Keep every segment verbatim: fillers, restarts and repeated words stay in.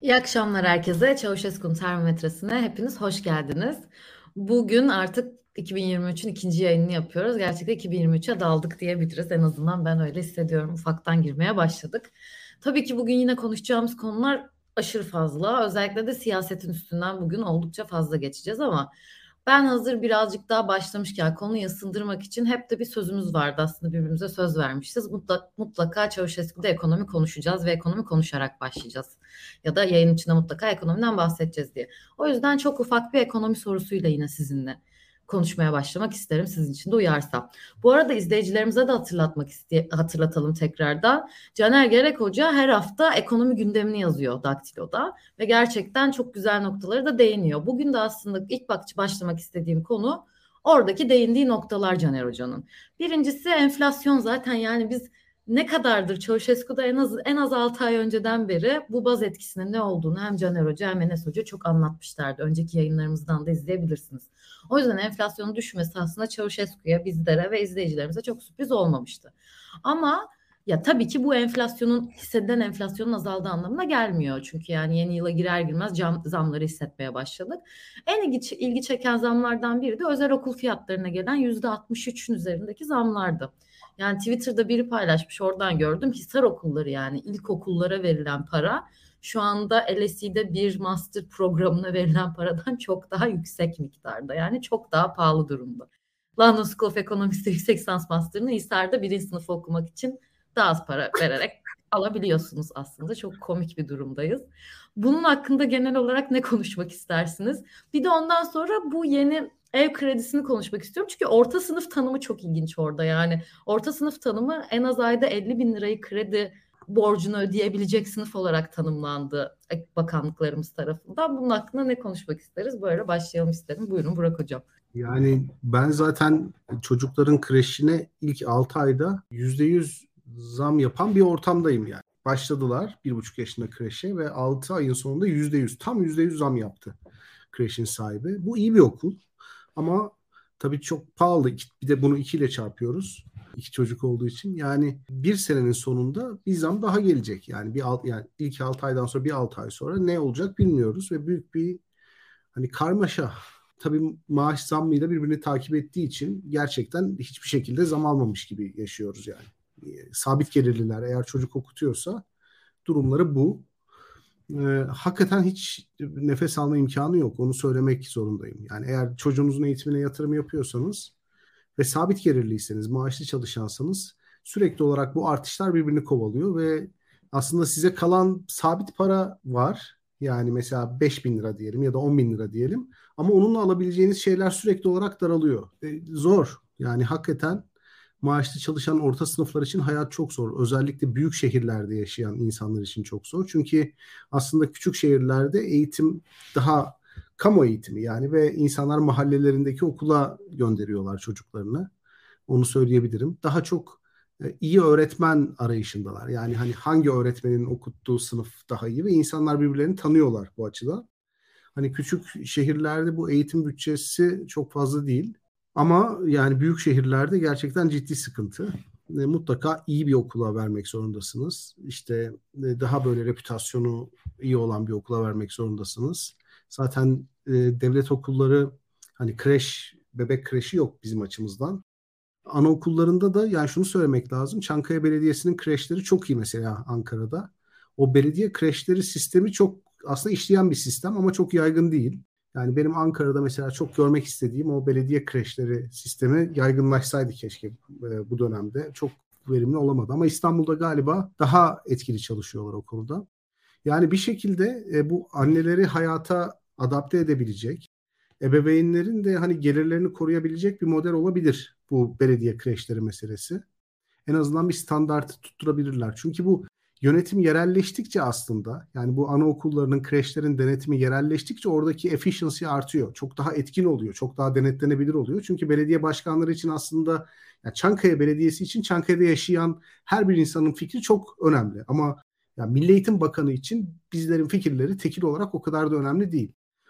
İyi akşamlar herkese. Çavuşesku'nun termometresine hepiniz hoş geldiniz. Bugün artık iki bin yirmi üçün ikinci yayınını yapıyoruz. Gerçekten iki bin yirmi üçe daldık diyebiliriz. En azından ben öyle hissediyorum. Ufaktan girmeye başladık. Tabii ki bugün yine konuşacağımız konular aşırı fazla. Özellikle de siyasetin üstünden bugün oldukça fazla geçeceğiz ama ben hazır birazcık daha başlamışken konuyu ısındırmak için hep de bir sözümüz vardı, aslında birbirimize söz vermişiz. Mutlaka, mutlaka Çavuşesku'da ekonomi konuşacağız ve ekonomi konuşarak başlayacağız. Ya da yayın içinde mutlaka ekonomiden bahsedeceğiz diye. O yüzden çok ufak bir ekonomi sorusuyla yine sizinle konuşmaya başlamak isterim, sizin için de uyarsa. Bu arada izleyicilerimize de hatırlatmak iste hatırlatalım tekrardan. Caner Gerek Hoca her hafta ekonomi gündemini yazıyor Daktilo'da ve gerçekten çok güzel noktaları da değiniyor. Bugün de aslında ilk bak başlamak istediğim konu oradaki değindiği noktalar Caner Hoca'nın. Birincisi enflasyon. Zaten yani biz ne kadardır Çavuşesku'da en az en az altı ay önceden beri bu baz etkisinin ne olduğunu hem Caner Hoca hem Enes Hoca çok anlatmışlardı. Önceki yayınlarımızdan da izleyebilirsiniz. O yüzden enflasyonun düşmesi aslında Çavuşesku'ya, bizlere ve izleyicilerimize çok sürpriz olmamıştı. Ama ya tabii ki bu enflasyonun, hissedilen enflasyonun azaldığı anlamına gelmiyor. Çünkü yani yeni yıla girer girmez cam, zamları hissetmeye başladık. En ilgi, ilgi çeken zamlardan biri de özel okul fiyatlarına gelen yüzde altmış üçün üzerindeki zamlardı. Yani Twitter'da biri paylaşmış, oradan gördüm. Hisar okulları, yani ilkokullara verilen para şu anda L S E'de bir master programına verilen paradan çok daha yüksek miktarda. Yani çok daha pahalı durumda. London School of Economics'te yüksek lisans master'ını Hisar'da birinci sınıf okumak için daha az para vererek alabiliyorsunuz aslında. Çok komik bir durumdayız. Bunun hakkında genel olarak ne konuşmak istersiniz? Bir de ondan sonra bu yeni ev kredisini konuşmak istiyorum. Çünkü orta sınıf tanımı çok ilginç orada yani. Orta sınıf tanımı en az ayda elli bin lirayı kredi borcunu ödeyebilecek sınıf olarak tanımlandı bakanlıklarımız tarafından. Bunun hakkında ne konuşmak isteriz? Böyle başlayalım isterim. Buyurun Burak Hocam. Yani ben zaten çocukların kreşine ilk altı ayda yüzde yüz zam yapan bir ortamdayım yani. Başladılar bir buçuk yaşında kreşe ve altı ayın sonunda yüzde yüz, tam yüzde yüz zam yaptı kreşin sahibi. Bu iyi bir okul ama tabii çok pahalı. Bir de bunu iki ile çarpıyoruz. İki çocuk olduğu için. Yani bir senenin sonunda bir zam daha gelecek. Yani bir alt, yani ilk altı aydan sonra bir altı ay sonra ne olacak bilmiyoruz ve büyük bir hani karmaşa. Tabii maaş zammıyla birbirini takip ettiği için gerçekten hiçbir şekilde zam almamış gibi yaşıyoruz yani. Sabit gelirliler eğer çocuk okutuyorsa durumları bu. Ee, hakikaten hiç nefes alma imkanı yok. Onu söylemek zorundayım. Yani eğer çocuğunuzun eğitimine yatırım yapıyorsanız ve sabit gelirliyseniz, maaşlı çalışansanız sürekli olarak bu artışlar birbirini kovalıyor ve aslında size kalan sabit para var. Yani mesela beş bin lira diyelim ya da on bin lira diyelim. Ama onunla alabileceğiniz şeyler sürekli olarak daralıyor. E, zor. Yani hakikaten maaşlı çalışan orta sınıflar için hayat çok zor. Özellikle büyük şehirlerde yaşayan insanlar için çok zor. Çünkü aslında küçük şehirlerde eğitim daha kamu eğitimi yani ve insanlar mahallelerindeki okula gönderiyorlar çocuklarını. Onu söyleyebilirim. Daha çok e, iyi öğretmen arayışındalar. Yani hani hangi öğretmenin okuttuğu sınıf daha iyi ve insanlar birbirlerini tanıyorlar bu açıdan. Hani küçük şehirlerde bu eğitim bütçesi çok fazla değil. Ama yani büyük şehirlerde gerçekten ciddi sıkıntı. E, mutlaka iyi bir okula vermek zorundasınız. İşte e, daha böyle reputasyonu iyi olan bir okula vermek zorundasınız. Zaten e, devlet okulları hani kreş, bebek kreşi yok bizim açımızdan. Anaokullarında da yani şunu söylemek lazım. Çankaya Belediyesi'nin kreşleri çok iyi mesela Ankara'da. O belediye kreşleri sistemi çok aslında işleyen bir sistem ama çok yaygın değil. Yani benim Ankara'da mesela çok görmek istediğim o belediye kreşleri sistemi yaygınlaşsaydı keşke e, bu dönemde. Çok verimli olamadı ama İstanbul'da galiba daha etkili çalışıyorlar o konuda. Yani bir şekilde e, bu anneleri hayata adapte edebilecek, ebeveynlerin de hani gelirlerini koruyabilecek bir model olabilir bu belediye kreşleri meselesi. En azından bir standartı tutturabilirler. Çünkü bu yönetim yerelleştikçe aslında yani bu anaokullarının, kreşlerin denetimi yerelleştikçe oradaki efficiency artıyor. Çok daha etkin oluyor, çok daha denetlenebilir oluyor. Çünkü belediye başkanları için aslında yani Çankaya Belediyesi için Çankaya'da yaşayan her bir insanın fikri çok önemli. Ama yani Milli Eğitim Bakanı için bizlerin fikirleri tekil olarak o kadar da önemli değil.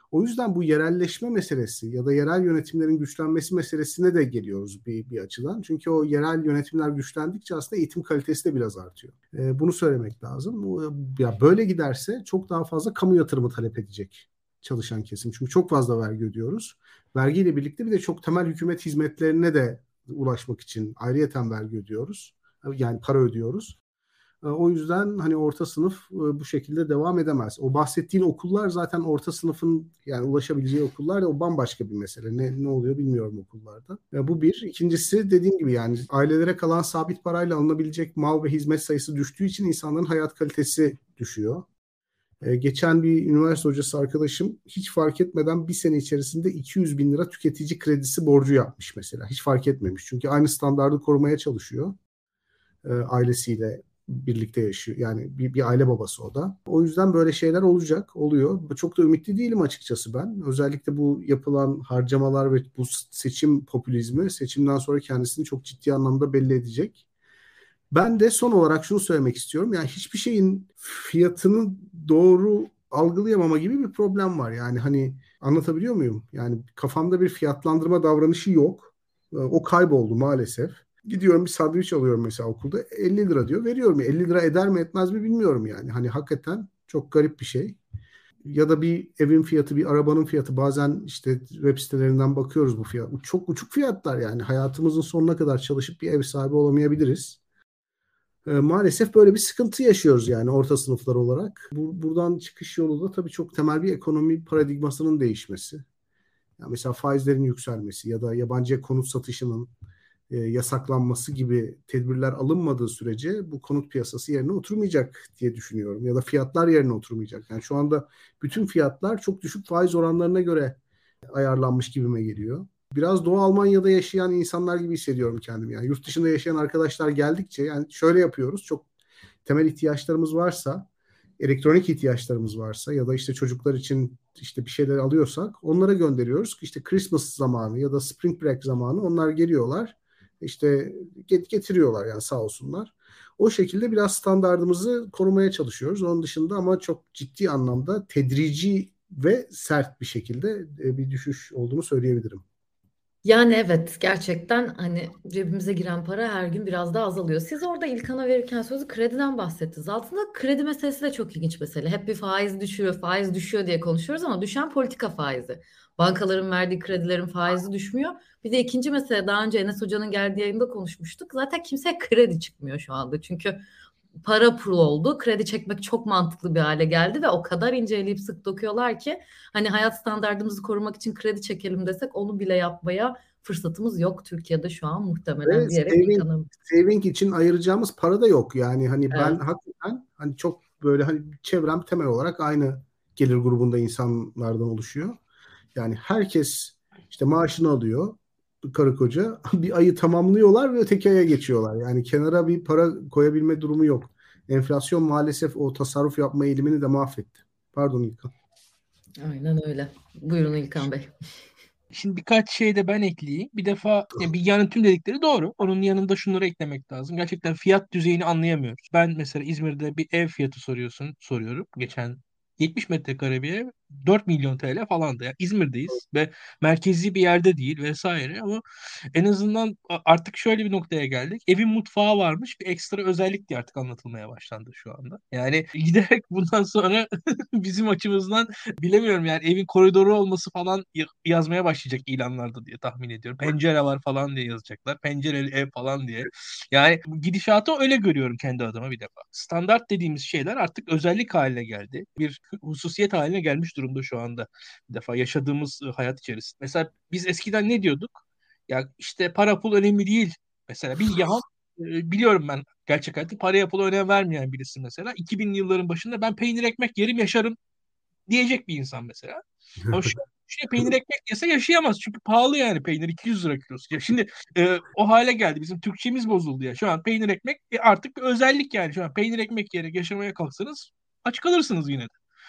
O yüzden bu yerelleşme meselesi ya da yerel yönetimlerin güçlenmesi meselesine de geliyoruz bir, bir açıdan. Çünkü o yerel yönetimler güçlendikçe aslında eğitim kalitesi de biraz artıyor. E, bunu söylemek lazım. Bu, ya böyle giderse çok daha fazla kamu yatırımı talep edecek çalışan kesim. Çünkü çok fazla vergi ödüyoruz. Vergiyle birlikte bir de çok temel hükümet hizmetlerine de ulaşmak için ayrıyeten vergi ödüyoruz. Yani para ödüyoruz. E, O yüzden hani orta sınıf e, bu şekilde devam edemez. O bahsettiğin okullar zaten orta sınıfın yani ulaşabileceği okullar da o bambaşka bir mesele. Ne, ne oluyor bilmiyorum okullarda. E, bu bir. İkincisi dediğim gibi yani ailelere kalan sabit parayla alınabilecek mal ve hizmet sayısı düştüğü için insanların hayat kalitesi düşüyor. E, geçen bir üniversite hocası arkadaşım hiç fark etmeden bir sene içerisinde iki yüz bin lira tüketici kredisi borcu yapmış mesela. Hiç fark etmemiş. Çünkü aynı standardı korumaya çalışıyor e, ailesiyle birlikte yaşıyor. Yani bir, bir aile babası o da. O yüzden böyle şeyler olacak, oluyor. Çok da ümitli değilim açıkçası ben. Özellikle bu yapılan harcamalar ve bu seçim popülizmi seçimden sonra kendisini çok ciddi anlamda belli edecek. Ben de son olarak şunu söylemek istiyorum. Yani hiçbir şeyin fiyatını doğru algılayamama gibi bir problem var. Yani hani anlatabiliyor muyum? Yani kafamda bir fiyatlandırma davranışı yok. E, O kayboldu maalesef. Gidiyorum bir sandviç alıyorum mesela okulda elli lira diyor veriyorum. elli lira eder mi etmez mi bilmiyorum yani. Hani hakikaten çok garip bir şey. Ya da bir evin fiyatı, bir arabanın fiyatı bazen işte web sitelerinden bakıyoruz bu fiyat. Çok uçuk fiyatlar yani. Hayatımızın sonuna kadar çalışıp bir ev sahibi olamayabiliriz. E, maalesef böyle bir sıkıntı yaşıyoruz yani orta sınıflar olarak. Bu, buradan çıkış yolu da tabii çok temel bir ekonomi paradigmasının değişmesi. Yani mesela faizlerin yükselmesi ya da yabancı konut satışının e, yasaklanması gibi tedbirler alınmadığı sürece bu konut piyasası yerine oturmayacak diye düşünüyorum. Ya da fiyatlar yerine oturmayacak. Yani şu anda bütün fiyatlar çok düşük faiz oranlarına göre ayarlanmış gibime geliyor. Biraz Doğu Almanya'da yaşayan insanlar gibi hissediyorum kendimi. Yani yurt dışında yaşayan arkadaşlar geldikçe yani şöyle yapıyoruz. Çok temel ihtiyaçlarımız varsa, elektronik ihtiyaçlarımız varsa ya da işte çocuklar için işte bir şeyler alıyorsak onlara gönderiyoruz. İşte Christmas zamanı ya da Spring Break zamanı onlar geliyorlar. İşte getiriyorlar yani sağ olsunlar. O şekilde biraz standardımızı korumaya çalışıyoruz. Onun dışında ama çok ciddi anlamda tedrici ve sert bir şekilde e, bir düşüş olduğunu söyleyebilirim. Yani evet, gerçekten hani cebimize giren para her gün biraz daha azalıyor. Siz orada İlkan'a verirken sözü krediden bahsettiniz. Altında kredi meselesi de çok ilginç mesele. Hep bir faiz düşüyor, faiz düşüyor diye konuşuyoruz ama düşen politika faizi. Bankaların verdiği kredilerin faizi düşmüyor. Bir de ikinci mesele, daha önce Enes Hoca'nın geldiği yayında konuşmuştuk. Zaten kimseye kredi çıkmıyor şu anda. Çünkü para pul oldu. Kredi çekmek çok mantıklı bir hale geldi ve o kadar inceleyip sık dokuyorlar ki hani hayat standartımızı korumak için kredi çekelim desek onu bile yapmaya fırsatımız yok Türkiye'de şu an Ve muhtemelen diyerek saving, İlkan'ım. saving için ayıracağımız para da yok. Yani hani ben Evet. hakikaten hani çok böyle hani çevrem temel olarak aynı gelir grubunda insanlardan oluşuyor. Yani herkes işte maaşını alıyor karı koca bir ayı tamamlıyorlar ve öteki aya geçiyorlar. Yani kenara bir para koyabilme durumu yok. Enflasyon maalesef o tasarruf yapma eğilimini de mahvetti. Pardon İlkan. Aynen öyle. Buyurun İlkan Bey. Şimdi birkaç şey de ben ekleyeyim. Bir defa ya bilgehanın tüm dedikleri doğru. Onun yanında şunları eklemek lazım. Gerçekten fiyat düzeyini anlayamıyoruz. Ben mesela İzmir'de bir ev fiyatı soruyorsun, soruyorum. Geçen yetmiş metrekare bir ev dört milyon T L falandı. Yani İzmir'deyiz ve merkezi bir yerde değil vesaire ama en azından a- artık şöyle bir noktaya geldik. Evin mutfağı varmış, bir ekstra özellik diye artık anlatılmaya başlandı şu anda. Yani giderek bundan sonra bizim açımızdan bilemiyorum yani evin koridoru olması falan y- yazmaya başlayacak ilanlarda diye tahmin ediyorum. Pencere var falan diye yazacaklar. Pencereli ev falan diye. Yani bu gidişatı öyle görüyorum kendi adıma bir defa. Standart dediğimiz şeyler artık özellik haline geldi. Bir hususiyet haline gelmiş durumda şu anda. Bir defa yaşadığımız e, hayat içerisinde. Mesela biz eskiden ne diyorduk? Ya işte para pul önemli değil. Mesela Bilgehan e, biliyorum ben gerçek hayatta paraya pula önem vermeyen birisi mesela. iki binli yılların başında ben peynir ekmek yerim yaşarım diyecek bir insan mesela. Ama şu şey peynir ekmek yese yaşayamaz. Çünkü pahalı yani peynir iki yüz lira kilosu. Ya şimdi e, o hale geldi. Bizim Türkçemiz bozuldu ya. Şu an peynir ekmek e, artık bir özellik yani. Şu an peynir ekmek yiyerek yaşamaya kalksanız aç kalırsınız yine de.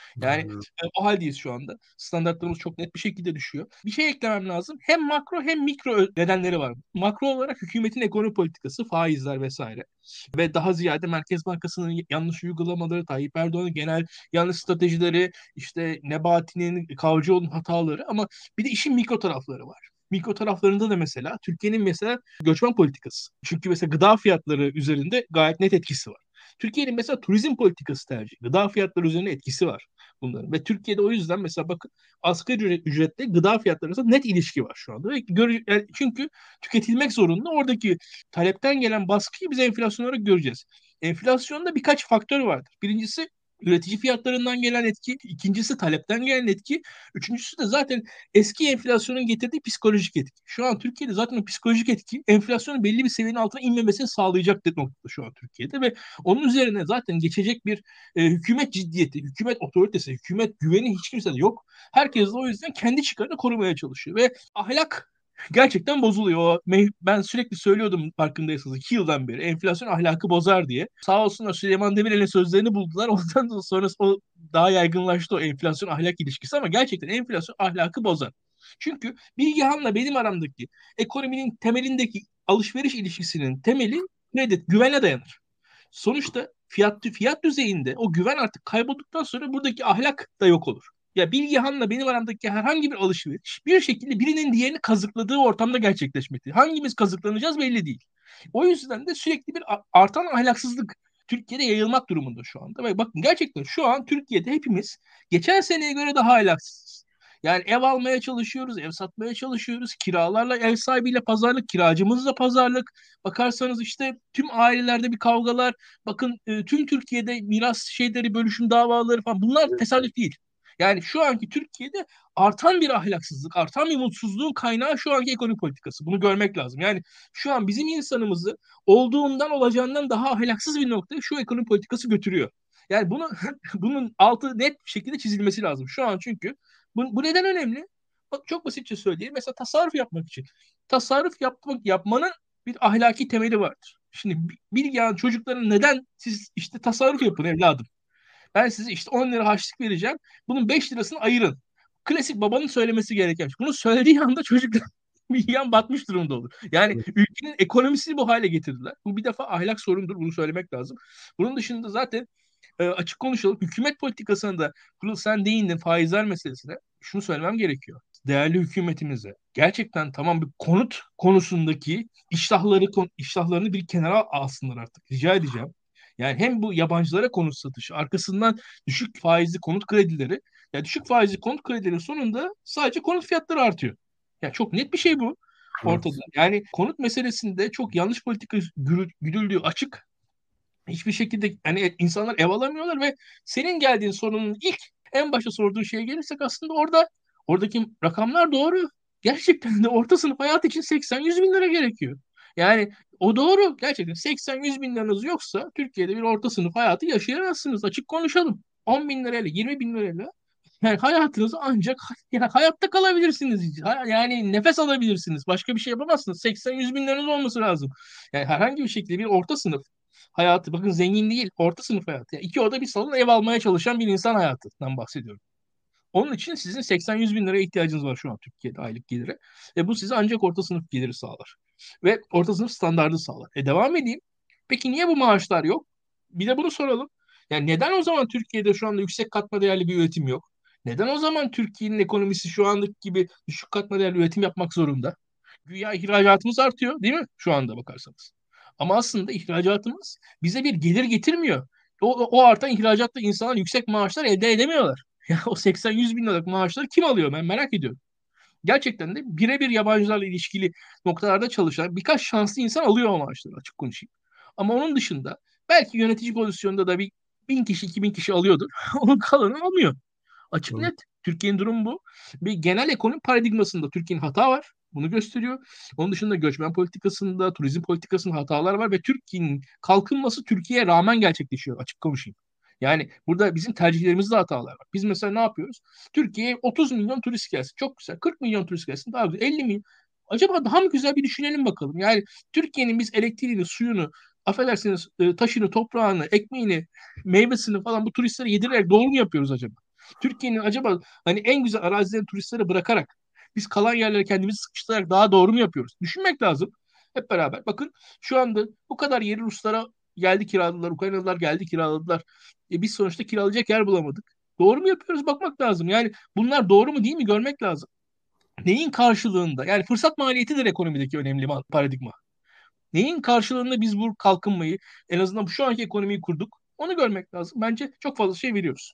Yani Aynen. e, o haldeyiz şu anda. Standartlarımız çok net bir şekilde düşüyor. Bir şey eklemem lazım. Hem makro hem mikro ö- nedenleri var. Makro olarak hükümetin ekonomi politikası, faizler vesaire. Ve daha ziyade Merkez Bankası'nın yanlış uygulamaları, Tayyip Erdoğan'ın genel yanlış stratejileri, işte Nebati'nin, Kavcıoğlu'nun hataları, ama bir de işin mikro tarafları var. Mikro taraflarında da mesela Türkiye'nin mesela göçmen politikası. Çünkü mesela gıda fiyatları üzerinde gayet net etkisi var. Türkiye'nin mesela turizm politikası tercihi, gıda fiyatları üzerine etkisi var bunların. Ve Türkiye'de o yüzden mesela bakın, asgari ücret, ücretle gıda fiyatları arasında net ilişki var şu anda. Ve gör, yani çünkü tüketilmek zorunda. Oradaki talepten gelen baskıyı biz enflasyon olarak göreceğiz. Enflasyonda birkaç faktör vardır. Birincisi üretici fiyatlarından gelen etki, ikincisi talepten gelen etki, üçüncüsü de zaten eski enflasyonun getirdiği psikolojik etki. Şu an Türkiye'de zaten o psikolojik etki enflasyonun belli bir seviyenin altına inmemesini sağlayacak noktada şu an Türkiye'de, ve onun üzerine zaten geçecek bir e, hükümet ciddiyeti, hükümet otoritesi, hükümet güveni hiç kimsede yok. Herkes de o yüzden kendi çıkarını korumaya çalışıyor ve ahlak gerçekten bozuluyor. Ben sürekli söylüyordum, farkındaysanız iki yıldan beri enflasyon ahlakı bozar diye. Sağ olsunlar Süleyman Demirel'in sözlerini buldular. Ondan sonra o daha yaygınlaştı, o enflasyon ahlak ilişkisi, ama gerçekten enflasyon ahlakı bozar. Çünkü Bilgehan'la benim aramdaki ekonominin temelindeki alışveriş ilişkisinin temeli kredi, güvene dayanır. Sonuçta fiyat fiyat düzeyinde o güven artık kaybolduktan sonra buradaki ahlak da yok olur. Ya Bilgehan'la benim aramdaki herhangi bir alışveriş bir şekilde birinin diğerini kazıkladığı ortamda gerçekleşmektedir. Hangimiz kazıklanacağız belli değil. O yüzden de sürekli bir artan ahlaksızlık Türkiye'de yayılmak durumunda şu anda. Ve bakın, gerçekten şu an Türkiye'de hepimiz geçen seneye göre daha ahlaksızız. Yani ev almaya çalışıyoruz, ev satmaya çalışıyoruz. Kiralarla, ev sahibiyle pazarlık, kiracımızla pazarlık. Bakarsanız işte tüm ailelerde bir kavgalar. Bakın e, tüm Türkiye'de miras şeyleri, bölüşüm davaları falan, bunlar tesadüf değil. Yani şu anki Türkiye'de artan bir ahlaksızlık, artan bir mutsuzluğun kaynağı şu anki ekonomi politikası. Bunu görmek lazım. Yani şu an bizim insanımızı olduğundan, olacağından daha ahlaksız bir noktaya şu ekonomi politikası götürüyor. Yani bunu bunun altı net bir şekilde çizilmesi lazım. Şu an çünkü bu, bu neden önemli? Bak, çok basitçe söyleyeyim. Mesela tasarruf yapmak için. Tasarruf yapmak, yapmanın bir ahlaki temeli vardır. Şimdi bir yani çocukların, neden siz işte tasarruf yapın evladım? Ben size işte on lira harçlık vereceğim. Bunun beş lirasını ayırın. Klasik babanın söylemesi gereken şey. Bunu söylediği anda çocuklar bir yan batmış durumda olur. Yani ülkenin ekonomisini bu hale getirdiler. Bu bir defa ahlak sorundur. Bunu söylemek lazım. Bunun dışında zaten e, açık konuşalım. Hükümet politikasında da, Pırıl sen değindin faizler meselesine. Şunu söylemem gerekiyor. Değerli hükümetimize gerçekten tamam, bir konut konusundaki iştahları iştahlarını bir kenara alsınlar artık. Rica edeceğim. Yani hem bu yabancılara konut satışı, arkasından düşük faizli konut kredileri. Ya düşük faizli konut kredileri sonunda sadece konut fiyatları artıyor. Ya çok net bir şey bu ortada. Evet. Yani konut meselesinde çok yanlış politika gürü- güdüldüğü açık. Hiçbir şekilde hani insanlar ev alamıyorlar ve senin geldiğin sorunun ilk en başta sorduğun şeye gelirsek, aslında orada oradaki rakamlar doğru. Gerçekten de orta sınıf hayat için seksen yüz bin lira gerekiyor. Yani o doğru. Gerçekten seksen yüz bin liranız yoksa Türkiye'de bir orta sınıf hayatı yaşayamazsınız. Açık konuşalım. on bin lirayla, yirmi bin lirayla yani hayatınızı ancak yani hayatta kalabilirsiniz. Ha- Yani nefes alabilirsiniz. Başka bir şey yapamazsınız. seksen yüz bin liranız olması lazım. Yani herhangi bir şekilde bir orta sınıf hayatı, bakın zengin değil, orta sınıf hayatı. Yani iki oda bir salon ev almaya çalışan bir insan hayatından bahsediyorum. Onun için sizin seksen yüz bin liraya ihtiyacınız var şu an Türkiye'de aylık geliri. E bu size ancak orta sınıf geliri sağlar. Ve orta sınıf standardı sağlar. E devam edeyim. Peki niye bu maaşlar yok? Bir de bunu soralım. Yani neden o zaman Türkiye'de şu anda yüksek katma değerli bir üretim yok? Neden o zaman Türkiye'nin ekonomisi şu andaki gibi düşük katma değerli üretim yapmak zorunda? Güya ihracatımız artıyor değil mi şu anda bakarsanız? Ama aslında ihracatımız bize bir gelir getirmiyor. O, o, o artan ihracatta insanlar yüksek maaşlar elde edemiyorlar. Ya o seksen yüz bin liralık maaşları kim alıyor, ben merak ediyorum. Gerçekten de birebir yabancılarla ilişkili noktalarda çalışan birkaç şanslı insan alıyor o maaşları, açık konuşayım. Ama onun dışında belki yönetici pozisyonda da bir bin kişi, iki bin kişi alıyordur. Onun kalanı almıyor. Açık Hı. net. Türkiye'nin durumu bu. Bir genel ekonomi paradigmasında Türkiye'nin hata var. Bunu gösteriyor. Onun dışında göçmen politikasında, turizm politikasında hatalar var ve Türkiye'nin kalkınması Türkiye'ye rağmen gerçekleşiyor. Açık konuşayım. Yani burada bizim tercihlerimizde hatalar var. Biz mesela ne yapıyoruz? Türkiye'ye otuz milyon turist gelsin. Çok güzel. kırk milyon turist gelsin. Daha güzel. elli milyon. Acaba daha mı güzel, bir düşünelim bakalım. Yani Türkiye'nin biz elektriğini, suyunu, affedersiniz e, taşını, toprağını, ekmeğini, meyvesini falan bu turistlere yedirerek doğru mu yapıyoruz acaba? Türkiye'nin acaba hani en güzel arazilerini turistlere bırakarak biz kalan yerlere kendimizi sıkıştırarak daha doğru mu yapıyoruz? Düşünmek lazım. Hep beraber. Bakın şu anda bu kadar yeri Ruslara geldi kiraladılar, Ukraynalılar geldi kiraladılar. E biz sonuçta kiralayacak yer bulamadık. Doğru mu yapıyoruz? Bakmak lazım. Yani bunlar doğru mu değil mi görmek lazım. Neyin karşılığında? Yani fırsat maliyetidir ekonomideki önemli ma- paradigma. Neyin karşılığında biz bu kalkınmayı en azından şu anki ekonomiyi kurduk? Onu görmek lazım. Bence çok fazla şey veriyoruz.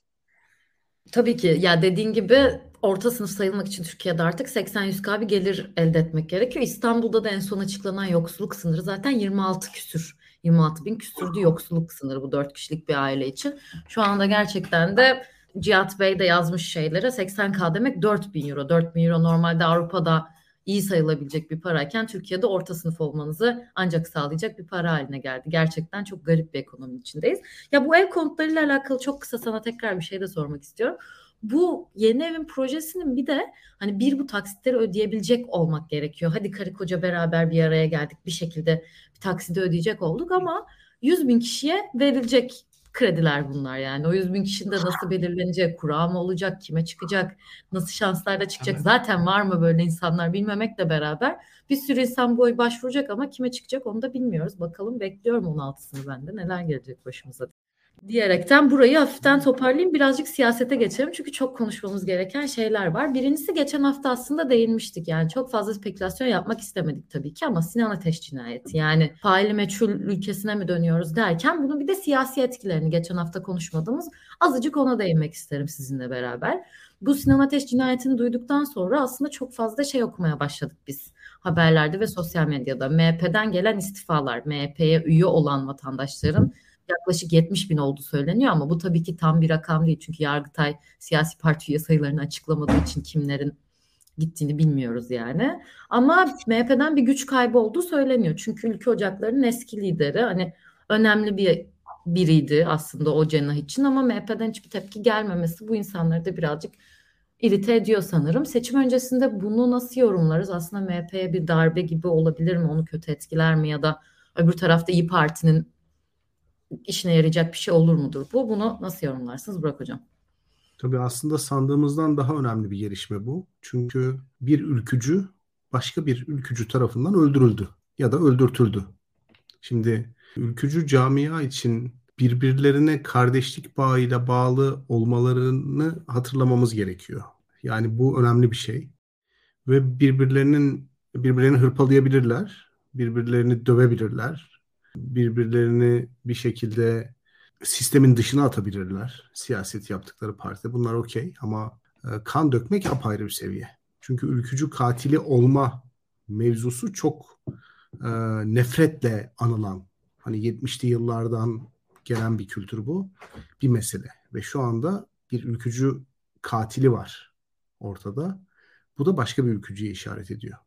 Tabii ki ya dediğin gibi orta sınıf sayılmak için Türkiye'de artık seksen yüz K bir gelir elde etmek gerekiyor. İstanbul'da da en son açıklanan yoksulluk sınırı zaten yirmi altı küsür. yirmi altı bin küsürdü yoksulluk sınırı bu dört kişilik bir aile için. Şu anda gerçekten de Cihat Bey de yazmış şeylere seksen K demek dört bin euro. dört bin euro normalde Avrupa'da iyi sayılabilecek bir parayken Türkiye'de orta sınıf olmanızı ancak sağlayacak bir para haline geldi. Gerçekten çok garip bir ekonominin içindeyiz. Ya bu ev konutlarıyla alakalı çok kısa sana tekrar bir şey de sormak istiyorum. Bu yeni evin projesinin bir de hani bir bu taksitleri ödeyebilecek olmak gerekiyor. Hadi karı koca beraber bir araya geldik bir şekilde bir taksidi ödeyecek olduk ama yüz bin kişiye verilecek krediler bunlar yani. O yüz bin kişinin de nasıl belirlenecek, kura mı olacak, kime çıkacak, nasıl şanslarla çıkacak, Evet. zaten var mı böyle insanlar bilmemekle beraber bir sürü insan bu oy başvuracak ama kime çıkacak onu da bilmiyoruz. Bakalım bekliyorum on altısını ben de neler gelecek başımıza diyerekten burayı hafiften toparlayayım. Birazcık siyasete geçelim. Çünkü çok konuşmamız gereken şeyler var. Birincisi geçen hafta aslında değinmiştik. Yani çok fazla spekülasyon yapmak istemedik tabii ki ama Sinan Ateş cinayeti. Yani faili meçhul ülkesine mi dönüyoruz derken bunun bir de siyasi etkilerini geçen hafta konuşmadığımız azıcık ona değinmek isterim sizinle beraber. Bu Sinan Ateş cinayetini duyduktan sonra aslında çok fazla şey okumaya başladık biz haberlerde ve sosyal medyada. M H P'den gelen istifalar, M H P'ye üye olan vatandaşların yaklaşık yetmiş bin olduğu söyleniyor ama bu tabii ki tam bir rakam değil. Çünkü Yargıtay siyasi parti üye sayılarını açıklamadığı için kimlerin gittiğini bilmiyoruz yani. Ama M H P'den bir güç kaybı olduğu söyleniyor. Çünkü Ülke Ocakları'nın eski lideri hani önemli bir biriydi aslında o cenah için ama M H P'den hiçbir tepki gelmemesi bu insanları da birazcık irite ediyor sanırım. Seçim öncesinde bunu nasıl yorumlarız? Aslında M H P'ye bir darbe gibi olabilir mi? Onu kötü etkiler mi? Ya da öbür tarafta İyi Parti'nin işine yarayacak bir şey olur mudur bu? Bunu nasıl yorumlarsınız Burak Hocam? Tabii aslında sandığımızdan daha önemli bir gelişme bu. Çünkü bir ülkücü başka bir ülkücü tarafından öldürüldü ya da öldürtüldü. Şimdi ülkücü camia için birbirlerine kardeşlik bağıyla bağlı olmalarını hatırlamamız gerekiyor. Yani bu önemli bir şey. Ve birbirlerinin birbirlerini hırpalayabilirler, birbirlerini dövebilirler, birbirlerini bir şekilde sistemin dışına atabilirler siyaset yaptıkları partide. Bunlar okey ama e, kan dökmek apayrı bir seviye. Çünkü ülkücü katili olma mevzusu çok e, nefretle anılan, hani yetmişli yıllardan gelen bir kültür bu, bir mesele. Ve şu anda bir ülkücü katili var ortada. Bu da başka bir ülkücüye işaret ediyor.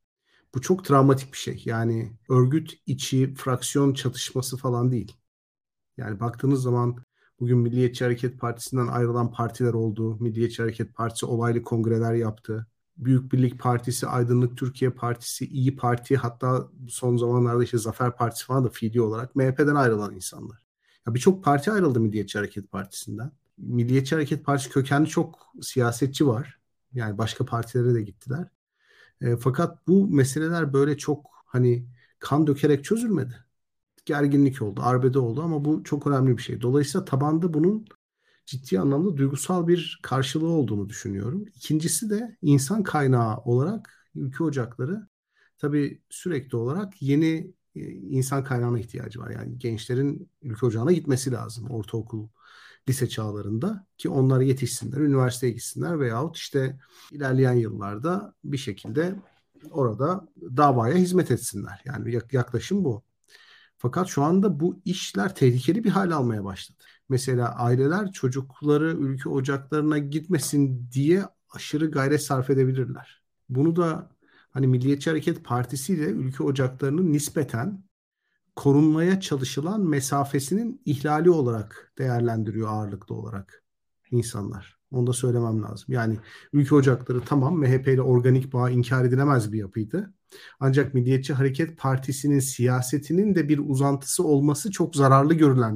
Bu çok travmatik bir şey. Yani örgüt içi fraksiyon çatışması falan değil. Yani baktığınız zaman bugün Milliyetçi Hareket Partisi'nden ayrılan partiler oldu. Milliyetçi Hareket Partisi olaylı kongreler yaptı. Büyük Birlik Partisi, Aydınlık Türkiye Partisi, İyi Parti, hatta son zamanlarda işte Zafer Partisi falan da fiili olarak M H P'den ayrılan insanlar. Ya birçok parti ayrıldı Milliyetçi Hareket Partisi'nden. Milliyetçi Hareket Partisi kökenli çok siyasetçi var. Yani başka partilere de gittiler. E, fakat bu meseleler böyle çok hani kan dökerek çözülmedi. Gerginlik oldu, arbede oldu ama bu çok önemli bir şey. Dolayısıyla tabanda bunun ciddi anlamda duygusal bir karşılığı olduğunu düşünüyorum. İkincisi de insan kaynağı olarak ülke ocakları tabii sürekli olarak yeni e, insan kaynağına ihtiyacı var. Yani gençlerin ülke ocağına gitmesi lazım ortaokul, lise çağlarında ki onlar yetişsinler, üniversiteye gitsinler veyahut işte ilerleyen yıllarda bir şekilde orada davaya hizmet etsinler. Yani yaklaşım bu. Fakat şu anda bu işler tehlikeli bir hal almaya başladı. Mesela aileler çocukları ülke ocaklarına gitmesin diye aşırı gayret sarf edebilirler. Bunu da hani Milliyetçi Hareket Partisi ile ülke ocaklarının nispeten korunmaya çalışılan mesafesinin ihlali olarak değerlendiriyor ağırlıklı olarak insanlar. Onu da söylemem lazım. Yani ülke ocakları tamam M H P ile organik bağ inkar edilemez bir yapıydı. Ancak Milliyetçi Hareket Partisi'nin siyasetinin de bir uzantısı olması çok zararlı görülen bir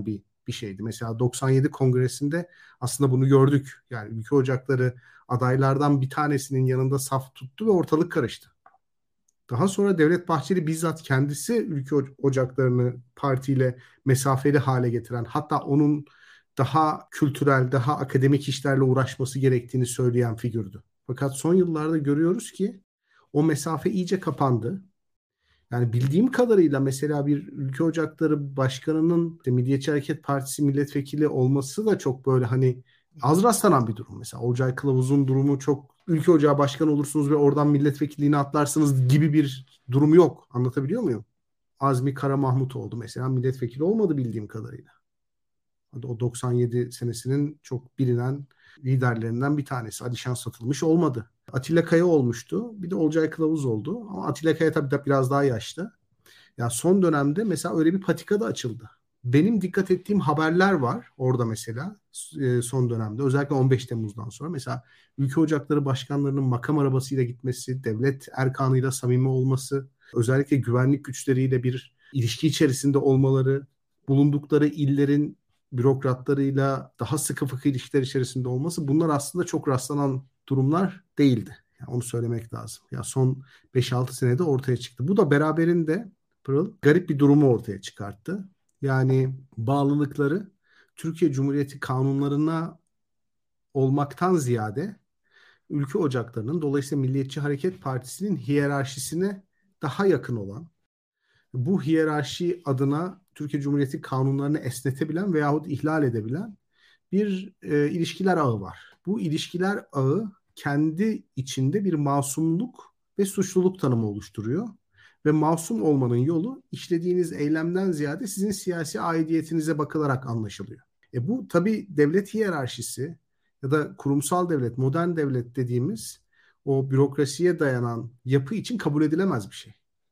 bir şeydi. Mesela doksan yedi Kongresi'nde aslında bunu gördük. Yani ülke ocakları adaylardan bir tanesinin yanında saf tuttu ve ortalık karıştı. Daha sonra Devlet Bahçeli bizzat kendisi ülke ocaklarını partiyle mesafeli hale getiren, hatta onun daha kültürel, daha akademik işlerle uğraşması gerektiğini söyleyen figürdü. Fakat son yıllarda görüyoruz ki o mesafe iyice kapandı. Yani bildiğim kadarıyla mesela bir ülke ocakları başkanının işte Milliyetçi Hareket Partisi milletvekili olması da çok böyle hani az rastlanan bir durum. Mesela Olcay Kılavuz'un durumu çok ülke ocağı başkanı olursunuz ve oradan milletvekilliğine atlarsınız gibi bir durumu yok. Anlatabiliyor muyum? Azmi Kara Mahmut oldu mesela, milletvekili olmadı bildiğim kadarıyla. O doksan yedi senesinin çok bilinen liderlerinden bir tanesi. Alişan Satılmış olmadı. Atilla Kaya olmuştu. Bir de Olcay Kılavuz oldu. Ama Atilla Kaya tabii de biraz daha yaşlı. Ya son dönemde mesela öyle bir patika da açıldı. Benim dikkat ettiğim haberler var orada mesela e, son dönemde. Özellikle on beş Temmuz'dan sonra. Mesela ülke ocakları başkanlarının makam arabasıyla gitmesi, devlet erkanıyla samimi olması, özellikle güvenlik güçleriyle bir ilişki içerisinde olmaları, bulundukları illerin bürokratlarıyla daha sıkı fıkı ilişkiler içerisinde olması, bunlar aslında çok rastlanan durumlar değildi. Yani onu söylemek lazım. Ya son beş altı senede ortaya çıktı. Bu da beraberinde Pırıl garip bir durumu ortaya çıkarttı. Yani bağlılıkları Türkiye Cumhuriyeti kanunlarına olmaktan ziyade ülke ocaklarının, dolayısıyla Milliyetçi Hareket Partisi'nin hiyerarşisine daha yakın olan, bu hiyerarşi adına Türkiye Cumhuriyeti kanunlarını esnetebilen veyahut ihlal edebilen bir e, ilişkiler ağı var. Bu ilişkiler ağı kendi içinde bir masumluk ve suçluluk tanımı oluşturuyor. Ve masum olmanın yolu işlediğiniz eylemden ziyade sizin siyasi aidiyetinize bakılarak anlaşılıyor. E bu tabii devlet hiyerarşisi ya da kurumsal devlet, modern devlet dediğimiz o bürokrasiye dayanan yapı için kabul edilemez bir şey.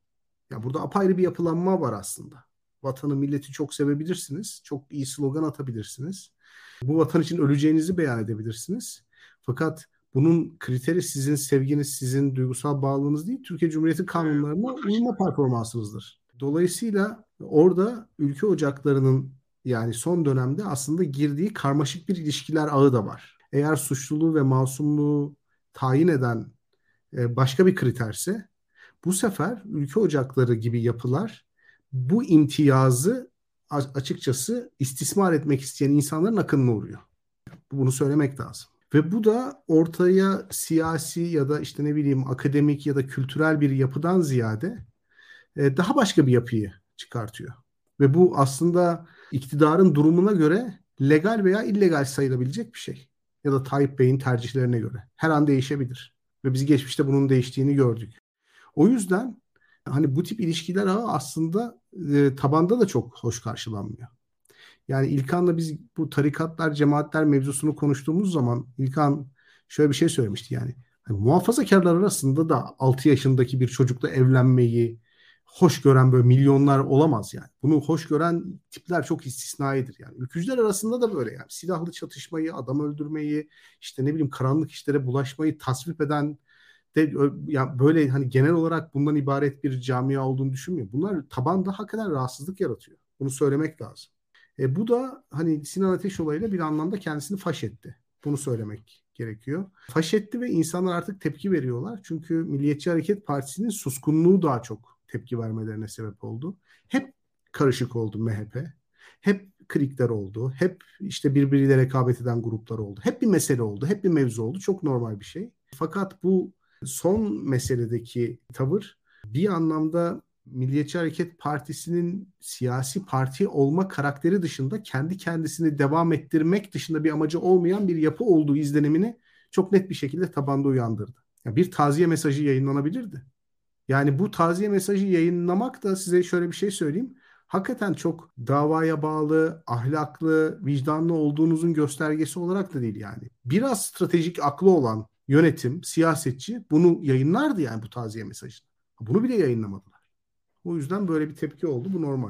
Ya burada apayrı bir yapılanma var aslında. Vatanı, milleti çok sevebilirsiniz. Çok iyi slogan atabilirsiniz. Bu vatan için öleceğinizi beyan edebilirsiniz. Fakat bunun kriteri sizin sevginiz, sizin duygusal bağlılığınız değil, Türkiye Cumhuriyeti kanunlarına uyma performansınızdır. Dolayısıyla orada ülke ocaklarının yani son dönemde aslında girdiği karmaşık bir ilişkiler ağı da var. Eğer suçluluğu ve masumluğu tayin eden başka bir kriterse, bu sefer ülke ocakları gibi yapılar bu imtiyazı açıkçası istismar etmek isteyen insanların akınına uğruyor. Bunu söylemek lazım. Ve bu da ortaya siyasi ya da işte ne bileyim akademik ya da kültürel bir yapıdan ziyade daha başka bir yapıyı çıkartıyor. Ve bu aslında iktidarın durumuna göre legal veya illegal sayılabilecek bir şey. Ya da Tayyip Bey'in tercihlerine göre. Her an değişebilir. Ve biz geçmişte bunun değiştiğini gördük. O yüzden hani bu tip ilişkiler ağı aslında e, tabanda da çok hoş karşılanmıyor. Yani İlkan'la biz bu tarikatlar, cemaatler mevzusunu konuştuğumuz zaman İlkan şöyle bir şey söylemişti yani. Hani muhafazakarlar arasında da altı yaşındaki bir çocukla evlenmeyi hoş gören böyle milyonlar olamaz yani. Bunu hoş gören tipler çok istisnaidir yani. Ülkücüler arasında da böyle yani. Silahlı çatışmayı, adam öldürmeyi, işte ne bileyim karanlık işlere bulaşmayı tasvip eden de ya böyle hani genel olarak bundan ibaret bir camia olduğunu düşünmüyor. Bunlar tabanda hakikaten rahatsızlık yaratıyor. Bunu söylemek lazım. E, bu da hani Sinan Ateş olayıyla bir anlamda kendisini faş etti. Bunu söylemek gerekiyor. Faş etti ve insanlar artık tepki veriyorlar. Çünkü Milliyetçi Hareket Partisi'nin suskunluğu daha çok tepki vermelerine sebep oldu. Hep karışık oldu M H P. Hep klikler oldu. Hep işte birbiriyle rekabet eden gruplar oldu. Hep bir mesele oldu. Hep bir mevzu oldu. Çok normal bir şey. Fakat bu son meseledeki tavır bir anlamda Milliyetçi Hareket Partisi'nin siyasi parti olma karakteri dışında kendi kendisini devam ettirmek dışında bir amacı olmayan bir yapı olduğu izlenimini çok net bir şekilde tabanda uyandırdı. Yani bir taziye mesajı yayınlanabilirdi. Yani bu taziye mesajı yayınlamak da size şöyle bir şey söyleyeyim. Hakikaten çok davaya bağlı, ahlaklı, vicdanlı olduğunuzun göstergesi olarak da değil yani. Biraz stratejik aklı olan yönetim, siyasetçi bunu yayınlardı yani bu taziye mesajını. Bunu bile yayınlamadılar. O yüzden böyle bir tepki oldu. Bu normal.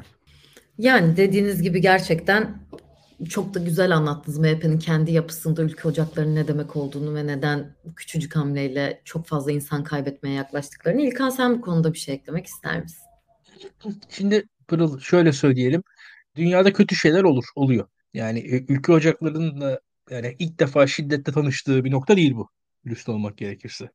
Yani dediğiniz gibi gerçekten çok da güzel anlattınız M H P'nin kendi yapısında ülke ocaklarının ne demek olduğunu ve neden küçücük hamleyle çok fazla insan kaybetmeye yaklaştıklarını. İlkan, sen bu konuda bir şey eklemek ister misin? Şimdi Pırıl şöyle söyleyelim. Dünyada kötü şeyler olur, oluyor. Yani e, ülke ocaklarının da yani ilk defa şiddetle tanıştığı bir nokta değil bu. Dürüst olmak gerekirse.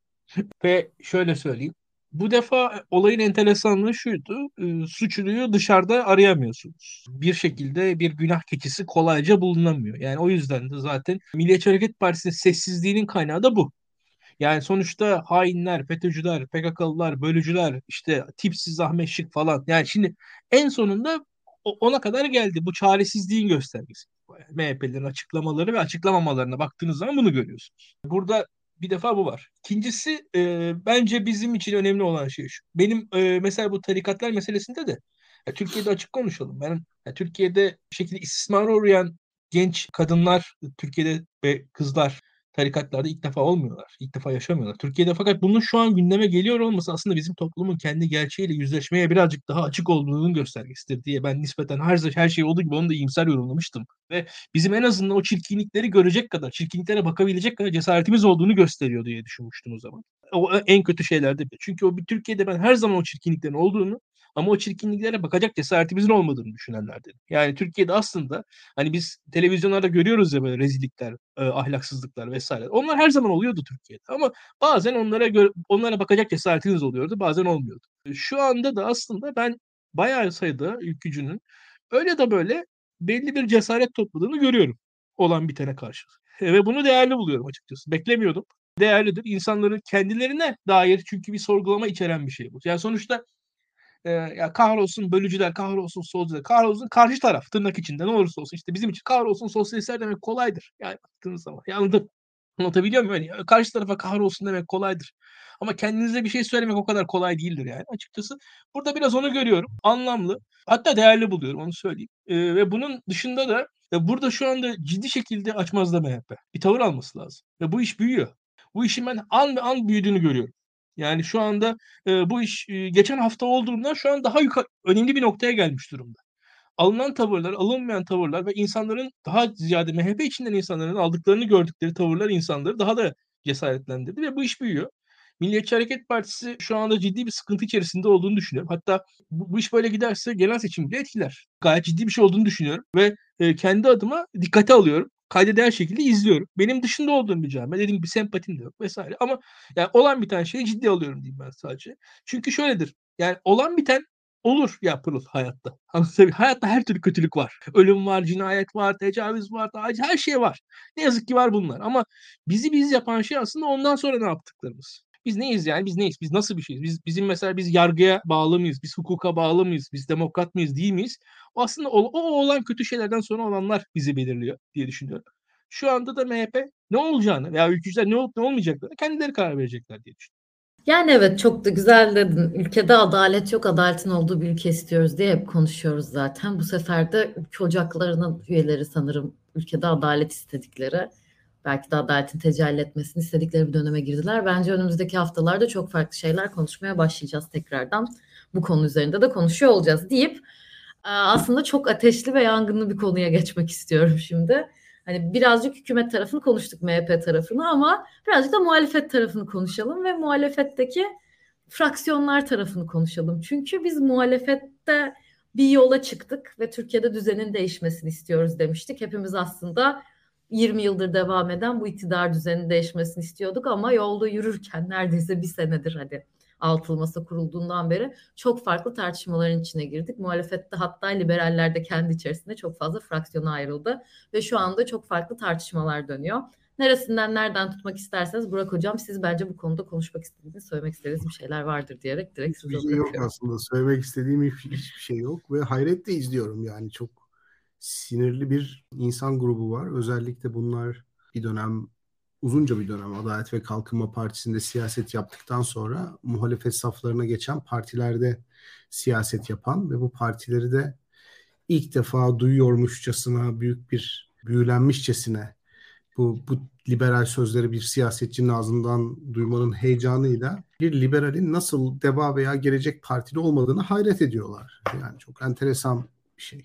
Ve şöyle söyleyeyim. Bu defa olayın enteresanlığı şuydu. E, suçluyu dışarıda arayamıyorsunuz. Bir şekilde bir günah keçisi kolayca bulunamıyor. Yani o yüzden de zaten Milliyetçi Hareket Partisi'nin sessizliğinin kaynağı da bu. Yani sonuçta hainler, FETÖ'cüler, P K K'lılar, bölücüler, işte tipsiz Ahmet Şık falan. Yani şimdi en sonunda o- ona kadar geldi. Bu çaresizliğin göstergesi. Yani M H P'lerin açıklamaları ve açıklamamalarına baktığınız zaman bunu görüyorsunuz. Burada bir defa bu var. İkincisi e, bence bizim için önemli olan şey şu. Benim e, mesela bu tarikatlar meselesinde de ya Türkiye'de açık konuşalım. Ben ya Türkiye'de bir şekilde istismara uğrayan genç kadınlar, Türkiye'de ve kızlar tarikatlarda ilk defa olmuyorlar. İlk defa yaşamıyorlar. Türkiye'de fakat bunun şu an gündeme geliyor olması aslında bizim toplumun kendi gerçeğiyle yüzleşmeye birazcık daha açık olduğunun göstergesidir diye ben nispeten her, her şey olduğu gibi onu da iyimser yorumlamıştım. Ve bizim en azından o çirkinlikleri görecek kadar, çirkinliklere bakabilecek kadar cesaretimiz olduğunu gösteriyor diye düşünmüştüm o zaman. O en kötü şeylerde biri. Çünkü o bir Türkiye'de ben her zaman o çirkinliklerin olduğunu ama o çirkinliklere bakacak cesaretimizin olmadığını düşünenlerdenim. Yani Türkiye'de aslında hani biz televizyonlarda görüyoruz ya böyle rezillikler, e, ahlaksızlıklar vesaire. Onlar her zaman oluyordu Türkiye'de ama bazen onlara göre, onlara bakacak cesaretiniz oluyordu, bazen olmuyordu. E, Şu anda da aslında ben bayağı sayıda ülkücünün öyle de böyle belli bir cesaret topladığını görüyorum olan bitene karşı. E, Ve bunu değerli buluyorum açıkçası. Beklemiyordum. Değerlidir. İnsanların kendilerine dair çünkü bir sorgulama içeren bir şey bu. Yani sonuçta e, ya kahrolsun bölücüler, kahrolsun solcular, kahrolsun karşı taraf tırnak içinde ne olursa olsun. İşte bizim için kahrolsun sosyalistler demek kolaydır. Yani baktığınız zaman. Yani anladım. Anlatabiliyor muyum? Yani karşı tarafa kahrolsun demek kolaydır. Ama kendinize bir şey söylemek o kadar kolay değildir yani açıkçası. Burada biraz onu görüyorum. Anlamlı. Hatta değerli buluyorum onu söyleyeyim. E, ve bunun dışında da e, burada şu anda ciddi şekilde açmazda M H P. Bir tavır alması lazım. Ve bu iş büyüyor. Bu işin ben an ve an büyüdüğünü görüyorum. Yani şu anda e, bu iş e, geçen hafta olduğundan şu an daha yukarı, önemli bir noktaya gelmiş durumda. Alınan tavırlar, alınmayan tavırlar ve insanların daha ziyade M H P içinden insanların aldıklarını gördükleri tavırlar insanları daha da cesaretlendirdi ve bu iş büyüyor. Milliyetçi Hareket Partisi şu anda ciddi bir sıkıntı içerisinde olduğunu düşünüyorum. Hatta bu, bu iş böyle giderse genel seçim bile etkiler. Gayet ciddi bir şey olduğunu düşünüyorum ve e, kendi adıma dikkate alıyorum. Kaydeder şekilde izliyorum. Benim dışında olduğum bir camia. Dediğim gibi sempatim de yok vesaire. Ama yani olan bir tane şeyi ciddi alıyorum diyeyim ben sadece. Çünkü şöyledir. Yani olan biten olur ya Pırıl hayatta. Anlatabiliyor. Hayatta her türlü kötülük var. Ölüm var, cinayet var, tecavüz var, taciz, her şey var. Ne yazık ki var bunlar. Ama bizi biz yapan şey aslında ondan sonra ne yaptıklarımız. Biz neyiz yani? Biz neyiz? Biz nasıl bir şeyiz? Biz, bizim mesela biz yargıya bağlı mıyız? Biz hukuka bağlı mıyız? Biz demokrat mıyız? Değil miyiz? O aslında o, o olan kötü şeylerden sonra olanlar bizi belirliyor diye düşünüyorum. Şu anda da M H P ne olacağını veya ülkücüler ne olup ne olmayacaklarını kendileri karar verecekler diye düşünüyorum. Yani evet çok da güzel dedin. Ülkede adalet yok, adaletin olduğu bir ülke istiyoruz diye hep konuşuyoruz zaten. Bu sefer de ülke ocaklarının üyeleri sanırım ülkede adalet istedikleri, belki de adaletin tecelli etmesini istedikleri bir döneme girdiler. Bence önümüzdeki haftalarda çok farklı şeyler konuşmaya başlayacağız tekrardan. Bu konu üzerinde de konuşuyor olacağız deyip e, aslında çok ateşli ve yangınlı bir konuya geçmek istiyorum şimdi. Hani birazcık hükümet tarafını konuştuk, M H P tarafını, ama birazcık da muhalefet tarafını konuşalım ve muhalefetteki fraksiyonlar tarafını konuşalım. Çünkü biz muhalefette bir yola çıktık ve Türkiye'de düzenin değişmesini istiyoruz demiştik. Hepimiz aslında yirmi yıldır devam eden bu iktidar düzeninin değişmesini istiyorduk ama yolda yürürken neredeyse bir senedir, hadi altılı masa kurulduğundan beri çok farklı tartışmaların içine girdik. Muhalefette hatta liberaller de kendi içerisinde çok fazla fraksiyona ayrıldı ve şu anda çok farklı tartışmalar dönüyor. Neresinden nereden tutmak isterseniz Burak Hocam, siz bence bu konuda konuşmak istediğiniz, söylemek istediğiniz bir şeyler vardır diyerek direkt Hiçbir size şey yok bırakıyorum. aslında. Söylemek istediğim hiç- hiçbir şey yok ve hayretle izliyorum yani çok sinirli bir insan grubu var. Özellikle bunlar bir dönem, uzunca bir dönem Adalet ve Kalkınma Partisi'nde siyaset yaptıktan sonra muhalefet saflarına geçen partilerde siyaset yapan ve bu partileri de ilk defa duyuyormuşçasına, büyük bir büyülenmişçesine bu, bu liberal sözleri bir siyasetçinin ağzından duymanın heyecanıyla bir liberalin nasıl deva veya gelecek partili olmadığını hayret ediyorlar. Yani çok enteresan bir şey.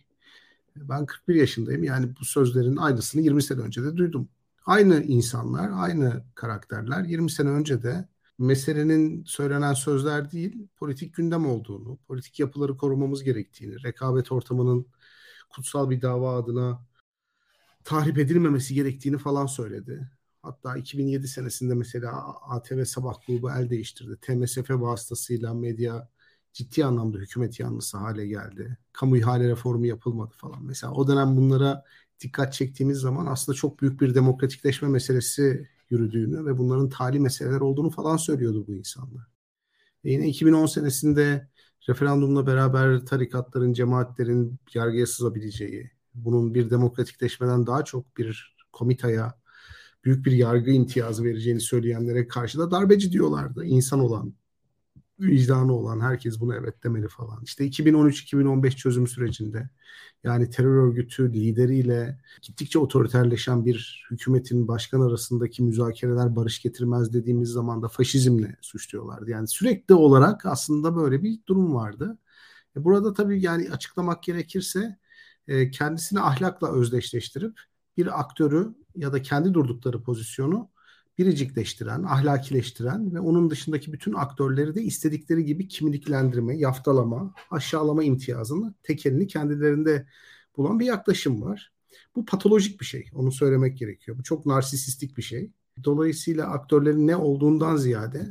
Ben kırk bir yaşındayım. Yani bu sözlerin aynısını yirmi sene önce de duydum. Aynı insanlar, aynı karakterler yirmi sene önce de meselenin söylenen sözler değil, politik gündem olduğunu, politik yapıları korumamız gerektiğini, rekabet ortamının kutsal bir dava adına tahrip edilmemesi gerektiğini falan söyledi. Hatta iki bin yedi senesinde mesela A T V Sabah grubu el değiştirdi. T M S F vasıtasıyla medya ciddi anlamda hükümet yanlısı hale geldi. Kamu ihale reformu yapılmadı falan. Mesela o dönem bunlara dikkat çektiğimiz zaman aslında çok büyük bir demokratikleşme meselesi yürüdüğünü ve bunların tali meseleler olduğunu falan söylüyordu bu insanlar. E yine iki bin on senesinde referandumla beraber tarikatların, cemaatlerin yargıya sızabileceği, bunun bir demokratikleşmeden daha çok bir komitaya, büyük bir yargı imtiyazı vereceğini söyleyenlere karşı da darbeci diyorlardı. İnsan olan, vicdanı olan herkes buna evet demeli falan. İşte iki bin on üç iki bin on beş çözüm sürecinde yani terör örgütü lideriyle gittikçe otoriterleşen bir hükümetin başkan arasındaki müzakereler barış getirmez dediğimiz zaman da faşizmle suçluyorlardı. Yani sürekli olarak aslında böyle bir durum vardı. Burada tabii yani açıklamak gerekirse kendisini ahlakla özdeşleştirip bir aktörü ya da kendi durdukları pozisyonu biricikleştiren, ahlakileştiren ve onun dışındaki bütün aktörleri de istedikleri gibi kimliklendirme, yaftalama, aşağılama imtiyazını, tekelini kendilerinde bulan bir yaklaşım var. Bu patolojik bir şey, onu söylemek gerekiyor. Bu çok narsisistik bir şey. Dolayısıyla aktörlerin ne olduğundan ziyade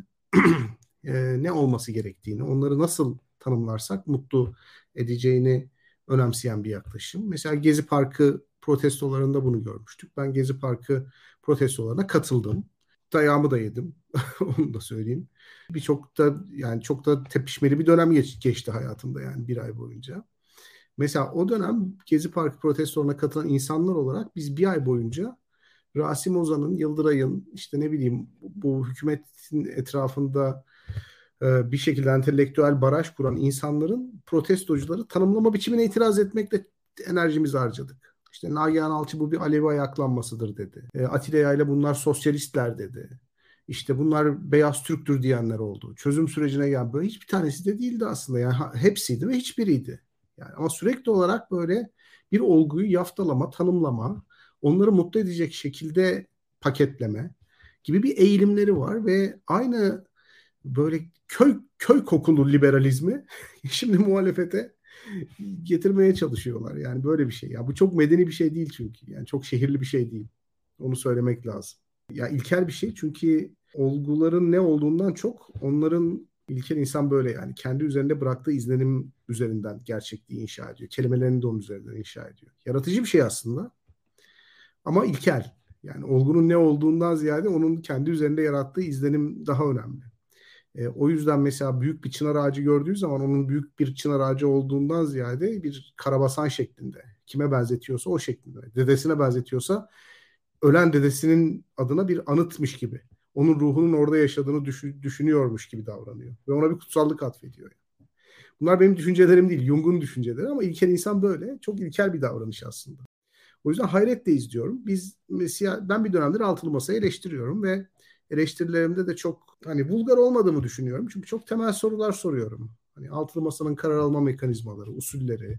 ne olması gerektiğini, onları nasıl tanımlarsak mutlu edeceğini önemseyen bir yaklaşım. Mesela Gezi Parkı protestolarında bunu görmüştük. Ben Gezi Parkı protestolarına katıldım. Dayağımı da yedim. Onu da söyleyeyim. Birçok da yani çok da tepişmeli bir dönem geç, geçti hayatımda yani bir ay boyunca. Mesela o dönem Gezi Parkı protestolarına katılan insanlar olarak biz bir ay boyunca Rasim Ozan'ın, Yıldıray'ın işte ne bileyim bu hükümetin etrafında bir şekilde entelektüel baraj kuran insanların protestocuları tanımlama biçimine itiraz etmekle enerjimizi harcadık. İşte Nagihan Alçı bu bir Alevi ayaklanmasıdır dedi. E, Atilla Yayla bunlar sosyalistler dedi. İşte bunlar beyaz Türktür diyenler oldu. Çözüm sürecine gel böyle hiçbir tanesi de değildi aslında. Yani hepsiydi ve hiçbiriydi. Yani ama sürekli olarak böyle bir olguyu yaftalama, tanımlama, onları mutlu edecek şekilde paketleme gibi bir eğilimleri var ve aynı böyle köy köy kokulu liberalizmi şimdi muhalefete getirmeye çalışıyorlar. Yani böyle bir şey. Ya bu çok medeni bir şey değil çünkü. Yani çok şehirli bir şey değil. Onu söylemek lazım. Ya ilkel bir şey çünkü olguların ne olduğundan çok onların ilkel insan böyle yani kendi üzerinde bıraktığı izlenim üzerinden gerçekliği inşa ediyor. Kelimelerini de onun üzerinden inşa ediyor. Yaratıcı bir şey aslında ama ilkel. Yani olgunun ne olduğundan ziyade onun kendi üzerinde yarattığı izlenim daha önemli. E, o yüzden mesela büyük bir çınar ağacı gördüğü zaman onun büyük bir çınar ağacı olduğundan ziyade bir karabasan şeklinde. Kime benzetiyorsa o şeklinde. Dedesine benzetiyorsa ölen dedesinin adına bir anıtmış gibi. Onun ruhunun orada yaşadığını düşün, düşünüyormuş gibi davranıyor. Ve ona bir kutsallık atfediyor. Bunlar benim düşüncelerim değil. Jung'un düşünceleri ama ilkel insan böyle. Çok ilkel bir davranış aslında. O yüzden hayretle izliyorum. Biz mesela ben bir dönemdir altılı masayı eleştiriyorum ve eleştirilerimde de çok hani vulgar olmadığımı düşünüyorum. Çünkü çok temel sorular soruyorum. Hani altılı masanın karar alma mekanizmaları, usulleri,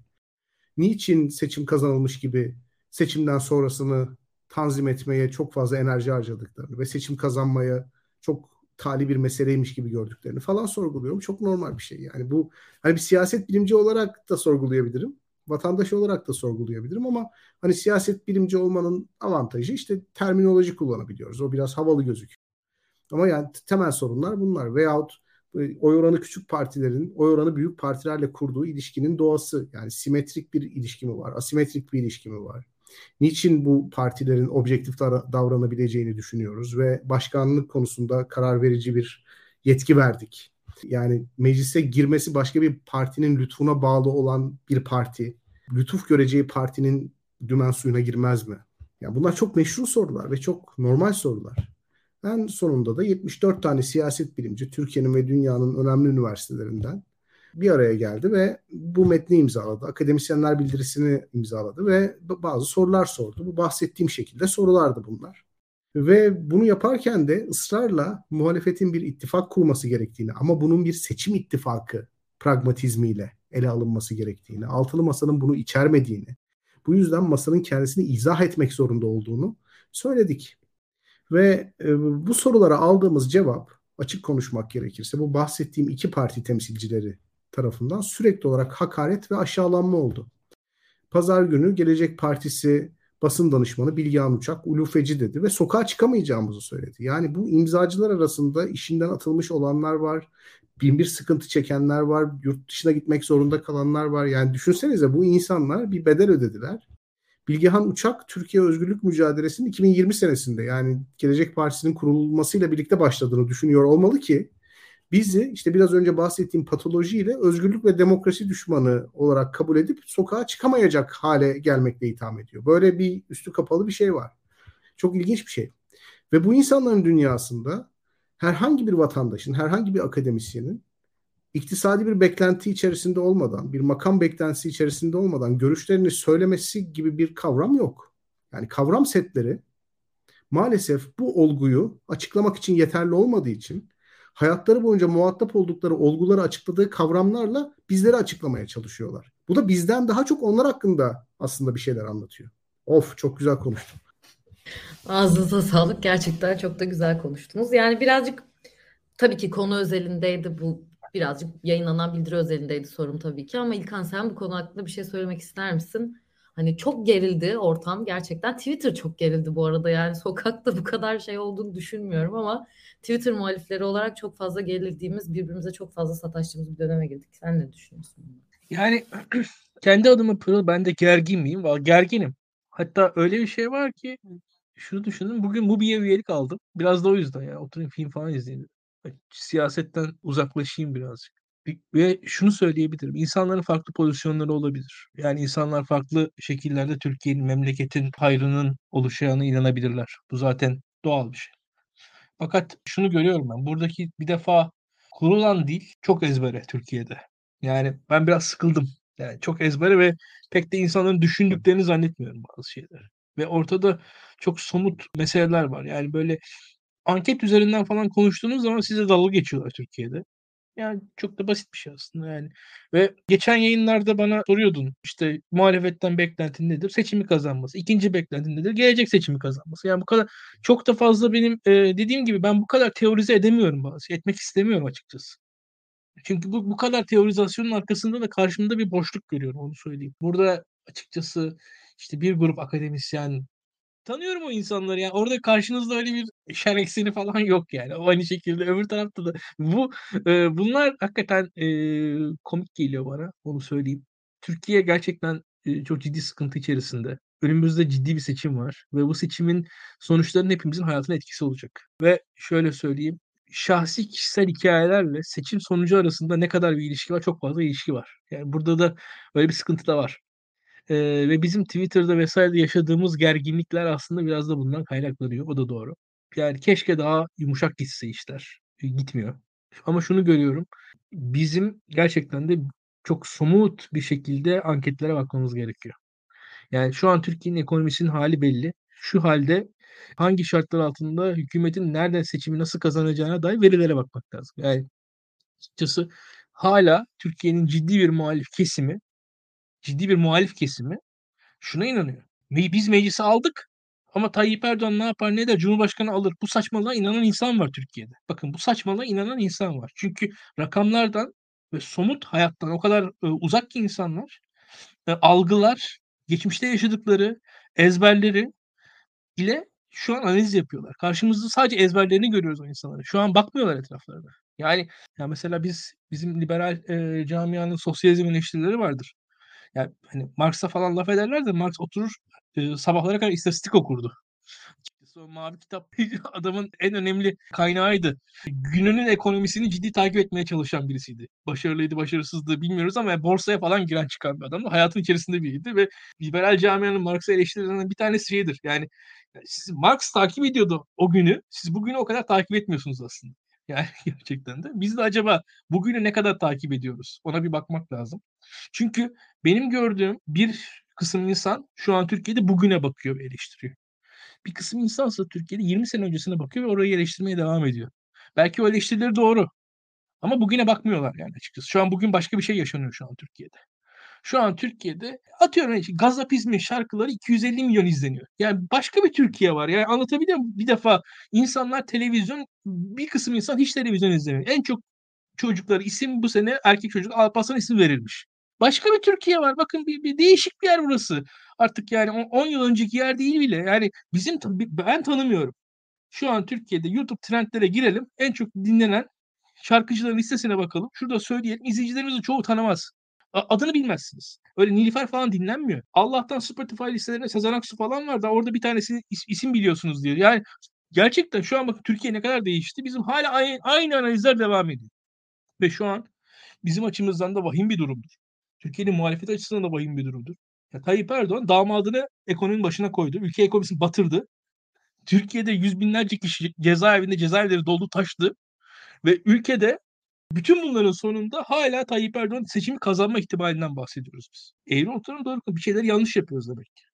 niçin seçim kazanılmış gibi seçimden sonrasını tanzim etmeye çok fazla enerji harcadıklarını ve seçim kazanmaya çok tali bir meseleymiş gibi gördüklerini falan sorguluyorum. Çok normal bir şey. Yani bu hani bir siyaset bilimci olarak da sorgulayabilirim. Vatandaş olarak da sorgulayabilirim ama hani siyaset bilimci olmanın avantajı işte terminoloji kullanabiliyoruz. O biraz havalı gözüküyor. Ama yani temel sorunlar bunlar. Veyahut oy oranı küçük partilerin oy oranı büyük partilerle kurduğu ilişkinin doğası. Yani simetrik bir ilişki mi var? Asimetrik bir ilişki mi var? Niçin bu partilerin objektif davranabileceğini düşünüyoruz ve başkanlık konusunda karar verici bir yetki verdik. Yani meclise girmesi başka bir partinin lütfuna bağlı olan bir parti, lütuf göreceği partinin dümen suyuna girmez mi? Yani bunlar çok meşru sorular ve çok normal sorular. En sonunda da yetmiş dört tane siyaset bilimci Türkiye'nin ve dünyanın önemli üniversitelerinden bir araya geldi ve bu metni imzaladı. Akademisyenler bildirisini imzaladı ve bazı sorular sordu. Bu bahsettiğim şekilde sorulardı bunlar. Ve bunu yaparken de ısrarla muhalefetin bir ittifak kurması gerektiğini ama bunun bir seçim ittifakı pragmatizmiyle ele alınması gerektiğini, altılı masanın bunu içermediğini, bu yüzden masanın kendisini izah etmek zorunda olduğunu söyledik. Ve e, bu sorulara aldığımız cevap, açık konuşmak gerekirse, bu bahsettiğim iki parti temsilcileri tarafından sürekli olarak hakaret ve aşağılanma oldu. Pazar günü Gelecek Partisi basın danışmanı Bilgehan Uçak ulufeci dedi ve sokağa çıkamayacağımızı söyledi. Yani bu imzacılar arasında işinden atılmış olanlar var. Bin bir sıkıntı çekenler var. Yurt dışına gitmek zorunda kalanlar var. Yani düşünsenize bu insanlar bir bedel ödediler. Bilgehan Uçak Türkiye Özgürlük Mücadelesi'nin iki bin yirmi senesinde yani Gelecek Partisi'nin kurulmasıyla birlikte başladığını düşünüyor olmalı ki bizi işte biraz önce bahsettiğim patolojiyle özgürlük ve demokrasi düşmanı olarak kabul edip sokağa çıkamayacak hale gelmekle itham ediyor. Böyle bir üstü kapalı bir şey var. Çok ilginç bir şey. Ve bu insanların dünyasında herhangi bir vatandaşın, herhangi bir akademisyenin iktisadi bir beklenti içerisinde olmadan, bir makam beklentisi içerisinde olmadan görüşlerini söylemesi gibi bir kavram yok. Yani kavram setleri maalesef bu olguyu açıklamak için yeterli olmadığı için hayatları boyunca muhatap oldukları olguları açıkladığı kavramlarla bizleri açıklamaya çalışıyorlar. Bu da bizden daha çok onlar hakkında aslında bir şeyler anlatıyor. Of çok güzel konuştum. Ağzınıza sağlık. Gerçekten çok da güzel konuştunuz. Yani birazcık tabii ki konu özelindeydi bu. Birazcık yayınlanan bildiri özelindeydi sorum tabii ki. Ama İlkan sen bu konu hakkında bir şey söylemek ister misin? Hani çok gerildi ortam gerçekten. Twitter çok gerildi bu arada. Yani sokakta bu kadar şey olduğunu düşünmüyorum ama Twitter muhalifleri olarak çok fazla gerildiğimiz, birbirimize çok fazla sataştığımız bir döneme girdik. Sen ne düşünüyorsun? Yani kendi adıma Pırıl ben de gergin miyim? Valla gerginim. Hatta öyle bir şey var ki şunu düşündüm. Bugün Mubi'ye üyelik aldım. Biraz da o yüzden ya. Oturayım film falan izleyeyim dedim. Hani siyasetten uzaklaşayım birazcık. Bir- Ve şunu söyleyebilirim. İnsanların farklı pozisyonları olabilir. Yani insanlar farklı şekillerde Türkiye'nin, memleketin hayrının oluşacağına inanabilirler. Bu zaten doğal bir şey. Fakat şunu görüyorum ben. Buradaki bir defa kurulan dil çok ezbere Türkiye'de. Yani ben biraz sıkıldım. Yani çok ezbere ve pek de insanların düşündüklerini zannetmiyorum bazı şeyleri. Ve ortada çok somut meseleler var. Yani böyle anket üzerinden falan konuştuğunuz zaman size dalga geçiyorlar Türkiye'de. Yani çok da basit bir şey aslında yani. Ve geçen yayınlarda bana soruyordun işte muhalefetten beklentin nedir? Seçimi kazanması. İkinci beklentin nedir? Gelecek seçimi kazanması. Yani bu kadar çok da fazla benim e, dediğim gibi ben bu kadar teorize edemiyorum bazı şey. Etmek istemiyorum açıkçası. Çünkü bu, bu kadar teorizasyonun arkasında da karşımda bir boşluk görüyorum onu söyleyeyim. Burada açıkçası işte bir grup akademisyen tanıyorum o insanları yani orada karşınızda öyle bir şer ekseni falan yok yani. O aynı şekilde öbür tarafta da bu e, bunlar hakikaten e, komik geliyor bana onu söyleyeyim. Türkiye gerçekten e, çok ciddi sıkıntı içerisinde. Önümüzde ciddi bir seçim var ve bu seçimin sonuçlarının hepimizin hayatına etkisi olacak. Ve şöyle söyleyeyim, şahsi kişisel hikayelerle seçim sonucu arasında ne kadar bir ilişki var? Çok fazla ilişki var. Yani burada da öyle bir sıkıntı da var. Eee, ve bizim Twitter'da vesaire yaşadığımız gerginlikler aslında biraz da bundan kaynaklanıyor. O da doğru. Yani keşke daha yumuşak gitse işler. E, gitmiyor. Ama şunu görüyorum. Bizim gerçekten de çok somut bir şekilde anketlere bakmamız gerekiyor. Yani şu an Türkiye'nin ekonomisinin hali belli. Şu halde hangi şartlar altında hükümetin nereden seçimi nasıl kazanacağına dair verilere bakmak lazım. Yani açıkçası hala Türkiye'nin ciddi bir muhalif kesimi, ciddi bir muhalif kesimi şuna inanıyor. Me biz meclise aldık ama Tayyip Erdoğan ne yapar ne der Cumhurbaşkanı alır. Bu saçmalığa inanan insan var Türkiye'de. Bakın bu saçmalığa inanan insan var. Çünkü rakamlardan ve somut hayattan o kadar e, uzak ki insanlar e, algılar, geçmişte yaşadıkları ezberleri ile şu an analiz yapıyorlar. Karşımızda sadece ezberlerini görüyoruz o insanların. Şu an bakmıyorlar etraflarına. Yani ya mesela biz bizim liberal e, camianın sosyalizm eleştirileri vardır. Yani hani Marx'a falan laf ederler de Marx oturur e, sabahlara kadar istatistik okurdu. Açıkçası o mavi kitap adamın en önemli kaynağıydı. Gününün ekonomisini ciddi takip etmeye çalışan birisiydi. Başarılıydı, başarısızdı bilmiyoruz ama borsaya falan giren çıkan bir adamdı. Hayatın içerisinde biriydi ve liberal camianın Marx'ı eleştirilerinden bir tanesi şeydir. Yani siz Marx takip ediyordu o günü. Siz bugünü o kadar takip etmiyorsunuz aslında. Yani gerçekten de. Biz de acaba bugünü ne kadar takip ediyoruz? Ona bir bakmak lazım. Çünkü benim gördüğüm bir kısım insan şu an Türkiye'de bugüne bakıyor ve eleştiriyor. Bir kısım insansa Türkiye'de yirmi sene öncesine bakıyor ve orayı eleştirmeye devam ediyor. Belki o eleştirileri doğru ama bugüne bakmıyorlar yani açıkçası. Şu an bugün başka bir şey yaşanıyor şu an Türkiye'de. Şu an Türkiye'de atıyorum yani Gazapizmin şarkıları iki yüz elli milyon izleniyor. Yani başka bir Türkiye var. Yani anlatabiliyor muyum? Bir defa insanlar televizyon, bir kısım insan hiç televizyon izlemiyor. En çok çocukları isim bu sene erkek çocuk Alparslan ismi verilmiş. Başka bir Türkiye var. Bakın bir, bir değişik bir yer burası. Artık yani on yıl önceki yer değil bile. Yani bizim ben tanımıyorum. Şu an Türkiye'de YouTube trendlere girelim. En çok dinlenen şarkıcıların listesine bakalım. Şurada söyleyelim. İzleyicilerimizin çoğu tanımaz. Adını bilmezsiniz. Öyle Nilüfer falan dinlenmiyor. Allah'tan Spotify listelerinde Sezen Aksu falan var da orada bir tanesi isim biliyorsunuz diyor. Yani gerçekten şu an bakın Türkiye ne kadar değişti. Bizim hala aynı, aynı analizler devam ediyor. Ve şu an bizim açımızdan da vahim bir durumdur. Türkiye'nin muhalefet açısından da vahim bir durumdur. Ya Tayyip Erdoğan damadını ekonominin başına koydu. Ülke ekonomisini batırdı. Türkiye'de yüz binlerce kişi cezaevinde cezaevleri doldu taştı. Ve ülkede bütün bunların sonunda hala Tayyip Erdoğan seçimi kazanma ihtimalinden bahsediyoruz biz. Eğri ortadan doğru bir şeyler yanlış yapıyoruz demek ki.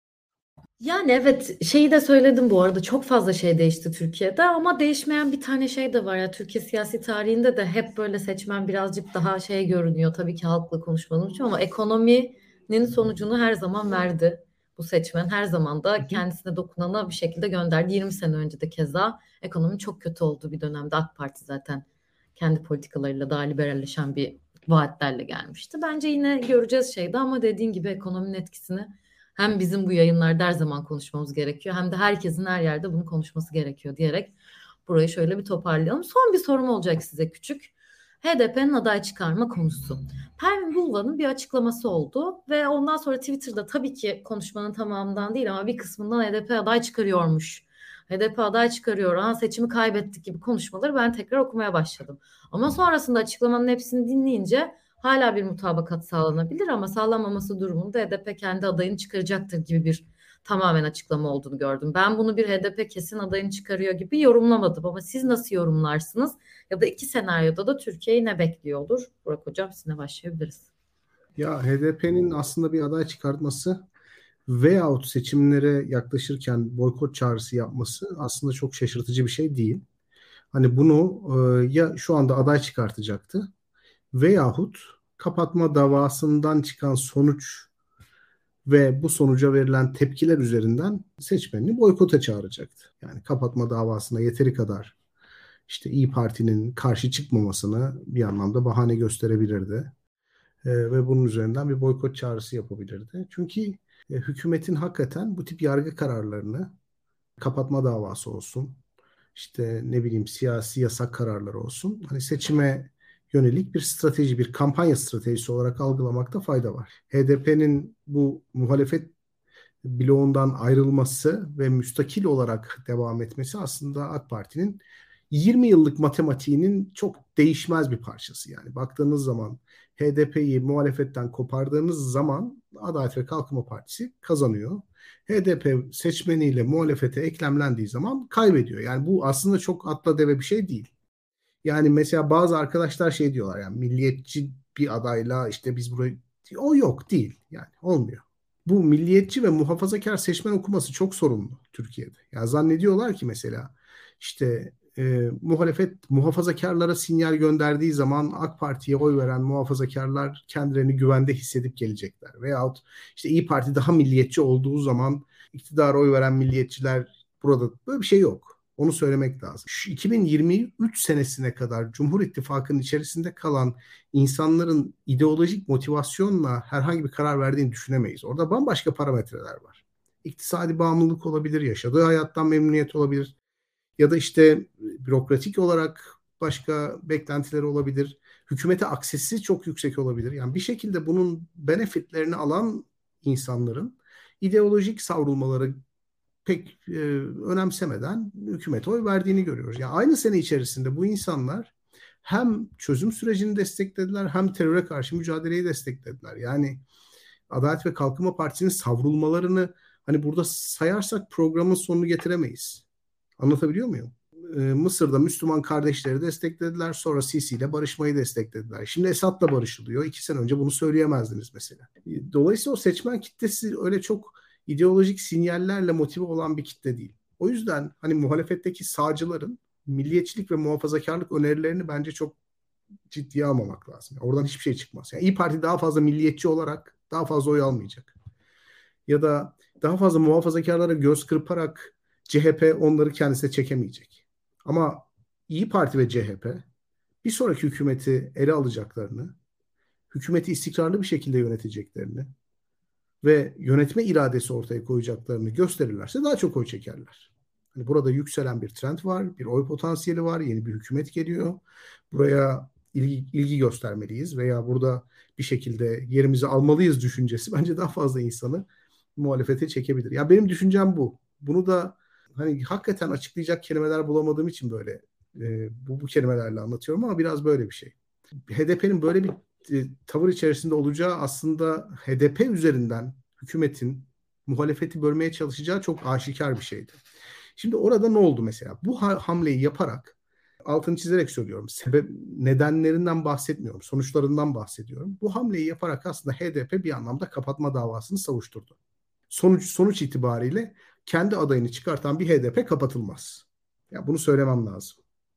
Yani evet, şeyi de söyledim bu arada, çok fazla şey değişti Türkiye'de ama değişmeyen bir tane şey de var ya, Türkiye siyasi tarihinde de hep böyle seçmen birazcık daha şey görünüyor tabii ki halkla konuşmadığım için, ama ekonominin sonucunu her zaman verdi bu seçmen, her zaman Hı da hı. kendisine dokunana bir şekilde gönderdi. yirmi sene önce de keza ekonomi çok kötü olduğu bir dönemde AK Parti zaten kendi politikalarıyla daha liberalleşen bir vaatlerle gelmişti. Bence yine göreceğiz şeyde, ama dediğin gibi ekonominin etkisini hem bizim bu yayınlarda her zaman konuşmamız gerekiyor, hem de herkesin her yerde bunu konuşması gerekiyor diyerek burayı şöyle bir toparlayalım. Son bir sorum olacak size, küçük. H D P'nin aday çıkarma konusu. Pervin Buldan'ın bir açıklaması oldu ve ondan sonra Twitter'da, tabii ki konuşmanın tamamından değil ama bir kısmından, H D P aday çıkarıyormuş. H D P aday çıkarıyor, aha seçimi kaybettik gibi konuşmaları ben tekrar okumaya başladım. Ama sonrasında açıklamanın hepsini dinleyince hala bir mutabakat sağlanabilir ama sağlanmaması durumunda H D P kendi adayını çıkaracaktır gibi bir tamamen açıklama olduğunu gördüm. Ben bunu bir H D P kesin adayını çıkarıyor gibi yorumlamadım, ama siz nasıl yorumlarsınız? Ya da iki senaryoda da Türkiye'yi ne bekliyor olur? Burak Hocam, sizinle başlayabiliriz. Ya H D P'nin aslında bir aday çıkartması veyahut seçimlere yaklaşırken boykot çağrısı yapması aslında çok şaşırtıcı bir şey değil. Hani bunu e, ya şu anda aday çıkartacaktı veyahut kapatma davasından çıkan sonuç ve bu sonuca verilen tepkiler üzerinden seçmenini boykota çağıracaktı. Yani kapatma davasına yeteri kadar işte İyi Parti'nin karşı çıkmamasını bir anlamda bahane gösterebilirdi. E, ve bunun üzerinden bir boykot çağrısı yapabilirdi. Çünkü e, hükümetin hakikaten bu tip yargı kararlarını, kapatma davası olsun, işte ne bileyim siyasi yasak kararları olsun, hani seçime yönelik bir strateji, bir kampanya stratejisi olarak algılamakta fayda var. H D P'nin bu muhalefet bloğundan ayrılması ve müstakil olarak devam etmesi aslında AK Parti'nin yirmi yıllık matematiğinin çok değişmez bir parçası. Yani baktığınız zaman H D P'yi muhalefetten kopardığınız zaman Adalet ve Kalkınma Partisi kazanıyor. H D P seçmeniyle muhalefete eklemlendiği zaman kaybediyor. Yani bu aslında çok atla deve bir şey değil. Yani mesela bazı arkadaşlar şey diyorlar, yani milliyetçi bir adayla işte biz burayı, o yok değil yani, olmuyor. Bu milliyetçi ve muhafazakar seçmen okuması çok sorunlu Türkiye'de. Ya zannediyorlar ki mesela işte e, muhalefet muhafazakarlara sinyal gönderdiği zaman AK Parti'ye oy veren muhafazakarlar kendilerini güvende hissedip gelecekler. Veyahut işte İyi Parti daha milliyetçi olduğu zaman iktidara oy veren milliyetçiler, burada böyle bir şey yok. Onu söylemek lazım. Şu iki bin yirmi üç senesine kadar Cumhur İttifakı'nın içerisinde kalan insanların ideolojik motivasyonla herhangi bir karar verdiğini düşünemeyiz. Orada bambaşka parametreler var. İktisadi bağımlılık olabilir, yaşadığı hayattan memnuniyet olabilir ya da işte bürokratik olarak başka beklentileri olabilir. Hükümete aksesi çok yüksek olabilir. Yani bir şekilde bunun benefitlerini alan insanların ideolojik savrulmaları pek e, önemsemeden hükümete oy verdiğini görüyoruz. Yani aynı sene içerisinde bu insanlar hem çözüm sürecini desteklediler hem teröre karşı mücadeleyi desteklediler. Yani Adalet ve Kalkınma Partisi'nin savrulmalarını hani burada sayarsak programın sonunu getiremeyiz. Anlatabiliyor muyum? Ee, Mısır'da Müslüman kardeşleri desteklediler. Sonra Sisi ile barışmayı desteklediler. Şimdi Esad'la barışılıyor. İki sene önce bunu söyleyemezdiniz mesela. Dolayısıyla o seçmen kitlesi öyle çok ideolojik sinyallerle motive olan bir kitle değil. O yüzden hani muhalefetteki sağcıların milliyetçilik ve muhafazakarlık önerilerini bence çok ciddiye almamak lazım. Yani oradan hiçbir şey çıkmaz. Yani İyi Parti daha fazla milliyetçi olarak daha fazla oy almayacak. Ya da daha fazla muhafazakarlara göz kırparak C H P onları kendisine çekemeyecek. Ama İyi Parti ve C H P bir sonraki hükümeti ele alacaklarını hükümeti istikrarlı bir şekilde yöneteceklerini ve yönetme iradesi ortaya koyacaklarını gösterirlerse daha çok oy çekerler. Hani burada yükselen bir trend var, bir oy potansiyeli var, yeni bir hükümet geliyor. Buraya ilgi, ilgi göstermeliyiz veya burada bir şekilde yerimizi almalıyız düşüncesi bence daha fazla insanı muhalefete çekebilir. Ya benim düşüncem bu. Bunu da hani hakikaten açıklayacak kelimeler bulamadığım için böyle e, bu, bu kelimelerle anlatıyorum ama biraz böyle bir şey. H D P'nin böyle bir e, tavır içerisinde olacağı aslında H D P üzerinden hükümetin muhalefeti bölmeye çalışacağı çok aşikar bir şeydi. Şimdi orada ne oldu mesela? Bu ha- hamleyi yaparak altını çizerek söylüyorum. Sebep nedenlerinden bahsetmiyorum. Sonuçlarından bahsediyorum. Bu hamleyi yaparak aslında H D P bir anlamda kapatma davasını savuşturdu. Sonuç sonuç itibariyle kendi adayını çıkartan bir H D P kapatılmaz. Ya bunu söylemem lazım.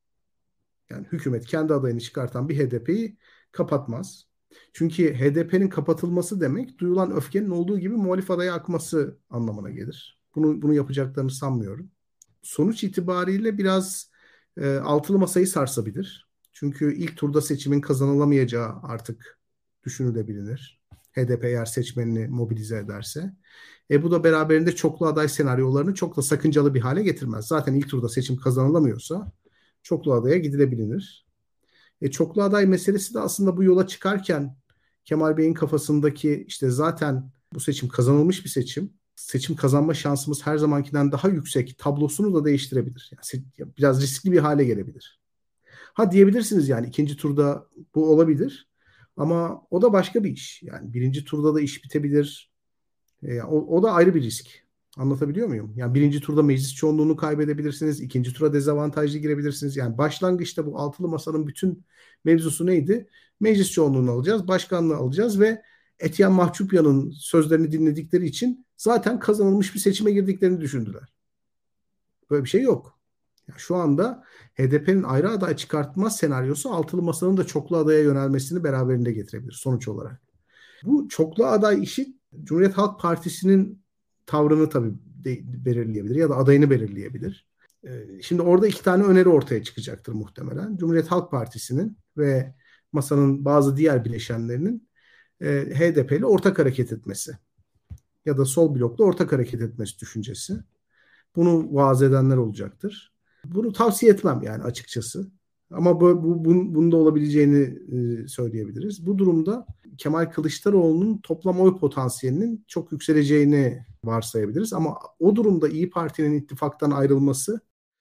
Yani hükümet kendi adayını çıkartan bir H D P'yi kapatmaz. Çünkü H D P'nin kapatılması demek duyulan öfkenin olduğu gibi muhalif adaya akması anlamına gelir. Bunu bunu yapacaklarını sanmıyorum. Sonuç itibariyle biraz e, altılı masayı sarsabilir. Çünkü ilk turda seçimin kazanılamayacağı artık düşünülebilir. H D P eğer seçmenini mobilize ederse. E bu da beraberinde çoklu aday senaryolarını çok da sakıncalı bir hale getirmez. Zaten ilk turda seçim kazanılamıyorsa çoklu adaya gidilebilir. E, çoklu aday meselesi de aslında bu yola çıkarken Kemal Bey'in kafasındaki işte zaten bu seçim kazanılmış bir seçim. Seçim kazanma şansımız her zamankinden daha yüksek tablosunu da değiştirebilir. Yani biraz riskli bir hale gelebilir. Ha diyebilirsiniz yani ikinci turda bu olabilir. Ama o da başka bir iş. Yani birinci turda da iş bitebilir. E, o, o da ayrı bir risk. Anlatabiliyor muyum? Yani birinci turda meclis çoğunluğunu kaybedebilirsiniz. İkinci tura dezavantajlı girebilirsiniz. Yani başlangıçta bu altılı masanın bütün mevzusu neydi? Meclis çoğunluğunu alacağız, başkanlığı alacağız ve Etyen Mahçupyan'ın sözlerini dinledikleri için zaten kazanılmış bir seçime girdiklerini düşündüler. Böyle bir şey yok. Yani şu anda H D P'nin ayrı aday çıkartma senaryosu altılı masanın da çoklu adaya yönelmesini beraberinde getirebilir sonuç olarak. Bu çoklu aday işi Cumhuriyet Halk Partisi'nin tavrını tabii de, belirleyebilir ya da adayını belirleyebilir. Ee, şimdi orada iki tane öneri ortaya çıkacaktır muhtemelen. Cumhuriyet Halk Partisi'nin ve masanın bazı diğer bileşenlerinin e, H D P ile ortak hareket etmesi ya da sol blokla ortak hareket etmesi düşüncesi. Bunu vaaz edenler olacaktır. Bunu tavsiye etmem yani açıkçası. Ama bu, bu, bunun, bunun da olabileceğini e, söyleyebiliriz. Bu durumda Kemal Kılıçdaroğlu'nun toplam oy potansiyelinin çok yükseleceğini varsayabiliriz. Ama o durumda İyi Parti'nin ittifaktan ayrılması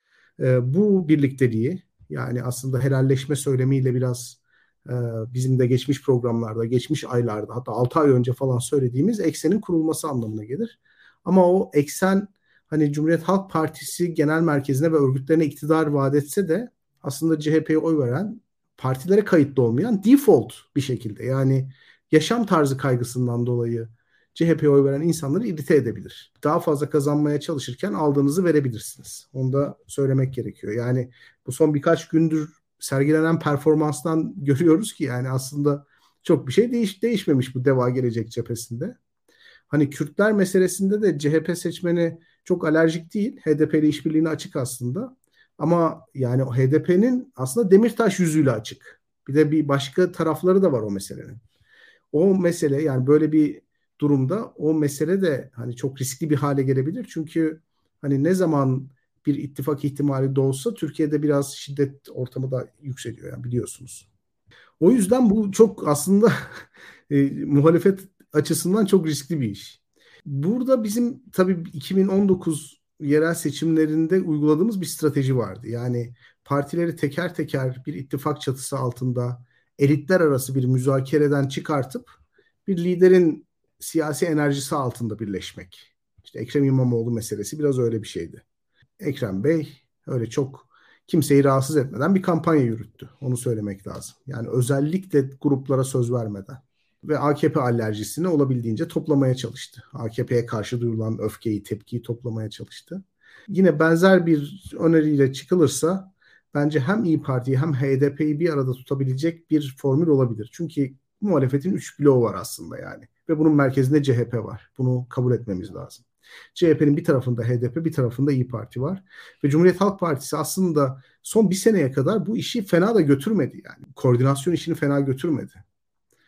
e, bu birlikteliği yani aslında helalleşme söylemiyle biraz e, bizim de geçmiş programlarda, geçmiş aylarda hatta altı ay önce falan söylediğimiz eksenin kurulması anlamına gelir. Ama o eksen hani Cumhuriyet Halk Partisi genel merkezine ve örgütlerine iktidar vaat etse de aslında C H P'ye oy veren partilere kayıtlı olmayan default bir şekilde yani yaşam tarzı kaygısından dolayı C H P'ye oy veren insanları irite edebilir. Daha fazla kazanmaya çalışırken aldığınızı verebilirsiniz. Onu da söylemek gerekiyor. Yani bu son birkaç gündür sergilenen performanstan görüyoruz ki yani aslında çok bir şey değiş değişmemiş bu Deva Gelecek cephesinde. Hani Kürtler meselesinde de C H P seçmeni çok alerjik değil. H D P ile işbirliğine açık aslında. Ama yani H D P'nin aslında Demirtaş yüzüyle açık. Bir de bir başka tarafları da var o meselenin. O mesele yani böyle bir durumda o mesele de hani çok riskli bir hale gelebilir. Çünkü hani ne zaman bir ittifak ihtimali doğsa Türkiye'de biraz şiddet ortamı da yükseliyor yani biliyorsunuz. O yüzden bu çok aslında e, muhalefet açısından çok riskli bir iş. Burada bizim tabii iki bin on dokuz yerel seçimlerinde uyguladığımız bir strateji vardı. Yani partileri teker teker bir ittifak çatısı altında elitler arası bir müzakereden çıkartıp bir liderin siyasi enerjisi altında birleşmek. İşte Ekrem İmamoğlu meselesi biraz öyle bir şeydi. Ekrem Bey öyle çok kimseyi rahatsız etmeden bir kampanya yürüttü. Onu söylemek lazım. Yani özellikle gruplara söz vermeden ve A K P alerjisini olabildiğince toplamaya çalıştı. A K P'ye karşı duyulan öfkeyi, tepkiyi toplamaya çalıştı. Yine benzer bir öneriyle çıkılırsa bence hem İyi Parti'yi hem H D P'yi bir arada tutabilecek bir formül olabilir. Çünkü muhalefetin üç bloğu var aslında yani. Ve bunun merkezinde C H P var. Bunu kabul etmemiz lazım. C H P'nin bir tarafında H D P, bir tarafında İyi Parti var. Ve Cumhuriyet Halk Partisi aslında son bir seneye kadar bu işi fena da götürmedi yani. Koordinasyon işini fena götürmedi.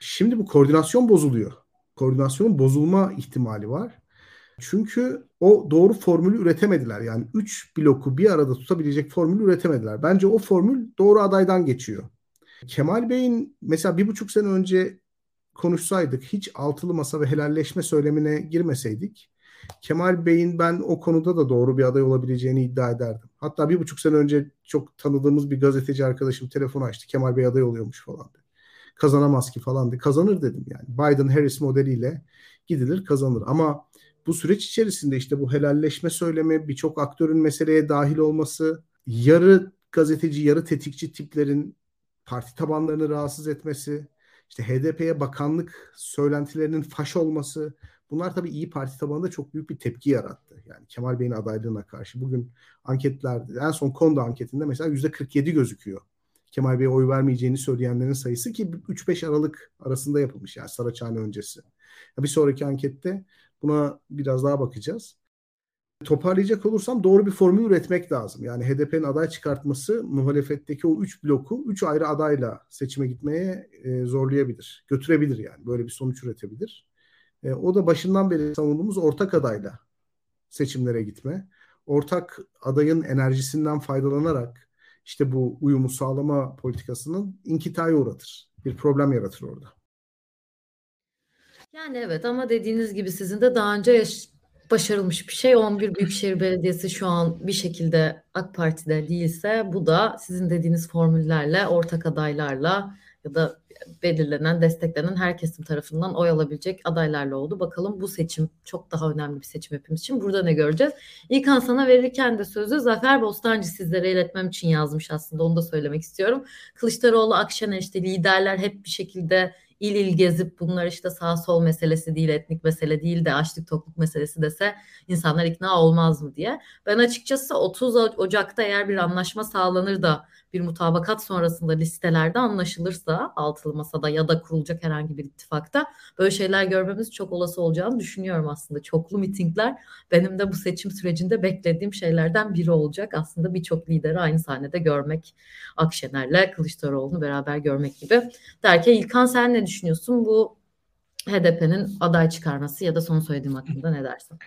Şimdi bu koordinasyon bozuluyor. Koordinasyonun bozulma ihtimali var. Çünkü o doğru formülü üretemediler. Yani üç bloku bir arada tutabilecek formülü üretemediler. Bence o formül doğru adaydan geçiyor. Kemal Bey'in mesela bir buçuk sene önce konuşsaydık, hiç altılı masa ve helalleşme söylemine girmeseydik, Kemal Bey'in ben o konuda da doğru bir aday olabileceğini iddia ederdim. Hatta bir buçuk sene önce çok tanıdığımız bir gazeteci arkadaşım telefon açtı. Kemal Bey aday oluyormuş falan dedi. Kazanamaz ki falan dedi. Kazanır dedim yani. Biden-Harris modeliyle gidilir, kazanır. Ama bu süreç içerisinde işte bu helalleşme söylemi, birçok aktörün meseleye dahil olması, yarı gazeteci, yarı tetikçi tiplerin parti tabanlarını rahatsız etmesi, işte H D P'ye bakanlık söylentilerinin faş olması, bunlar tabii İyi Parti tabanında çok büyük bir tepki yarattı. Yani Kemal Bey'in adaylığına karşı. Bugün anketlerde, en son Konda anketinde mesela yüzde kırk yedi gözüküyor. Kemal Bey'e oy vermeyeceğini söyleyenlerin sayısı, ki üç beş Aralık arasında yapılmış, yani Saraçhane öncesi. Bir sonraki ankette buna biraz daha bakacağız. Toparlayacak olursam doğru bir formül üretmek lazım. Yani H D P'nin aday çıkartması muhalefetteki o üç bloku üç ayrı adayla seçime gitmeye e, zorlayabilir. Götürebilir yani. Böyle bir sonuç üretebilir. E, o da başından beri savunduğumuz ortak adayla seçimlere gitme. Ortak adayın enerjisinden faydalanarak işte bu uyumu sağlama politikasının inkitaya uğratır. Bir problem yaratır orada. Yani evet, ama dediğiniz gibi sizin de daha önce yaş- başarılmış bir şey. on bir Büyükşehir Belediyesi şu an bir şekilde AK Parti'de değilse, bu da sizin dediğiniz formüllerle, ortak adaylarla ya da belirlenen, desteklenen her kesim tarafından oy alabilecek adaylarla oldu. Bakalım, bu seçim çok daha önemli bir seçim hepimiz için. Burada ne göreceğiz? İlkan, sana verirken de sözü Zafer Bostancı sizlere iletmem için yazmış aslında. Onu da söylemek istiyorum. Kılıçdaroğlu, Akşener, işte liderler hep bir şekilde il il gezip bunlar işte sağ sol meselesi değil, etnik mesele değil de açlık tokluk meselesi dese insanlar ikna olmaz mı diye. Ben açıkçası otuz Ocak'ta eğer bir anlaşma sağlanır da bir mutabakat sonrasında listelerde anlaşılırsa, altılı masada ya da kurulacak herhangi bir ittifakta, böyle şeyler görmemiz çok olası olacağını düşünüyorum aslında. Çoklu mitingler benim de bu seçim sürecinde beklediğim şeylerden biri olacak. Aslında birçok lideri aynı sahnede görmek, Akşener'le Kılıçdaroğlu'nu beraber görmek gibi. Derken İlkan, sen ne düşünüyorsun bu H D P'nin aday çıkarması ya da son söylediğim hakkında ne dersin?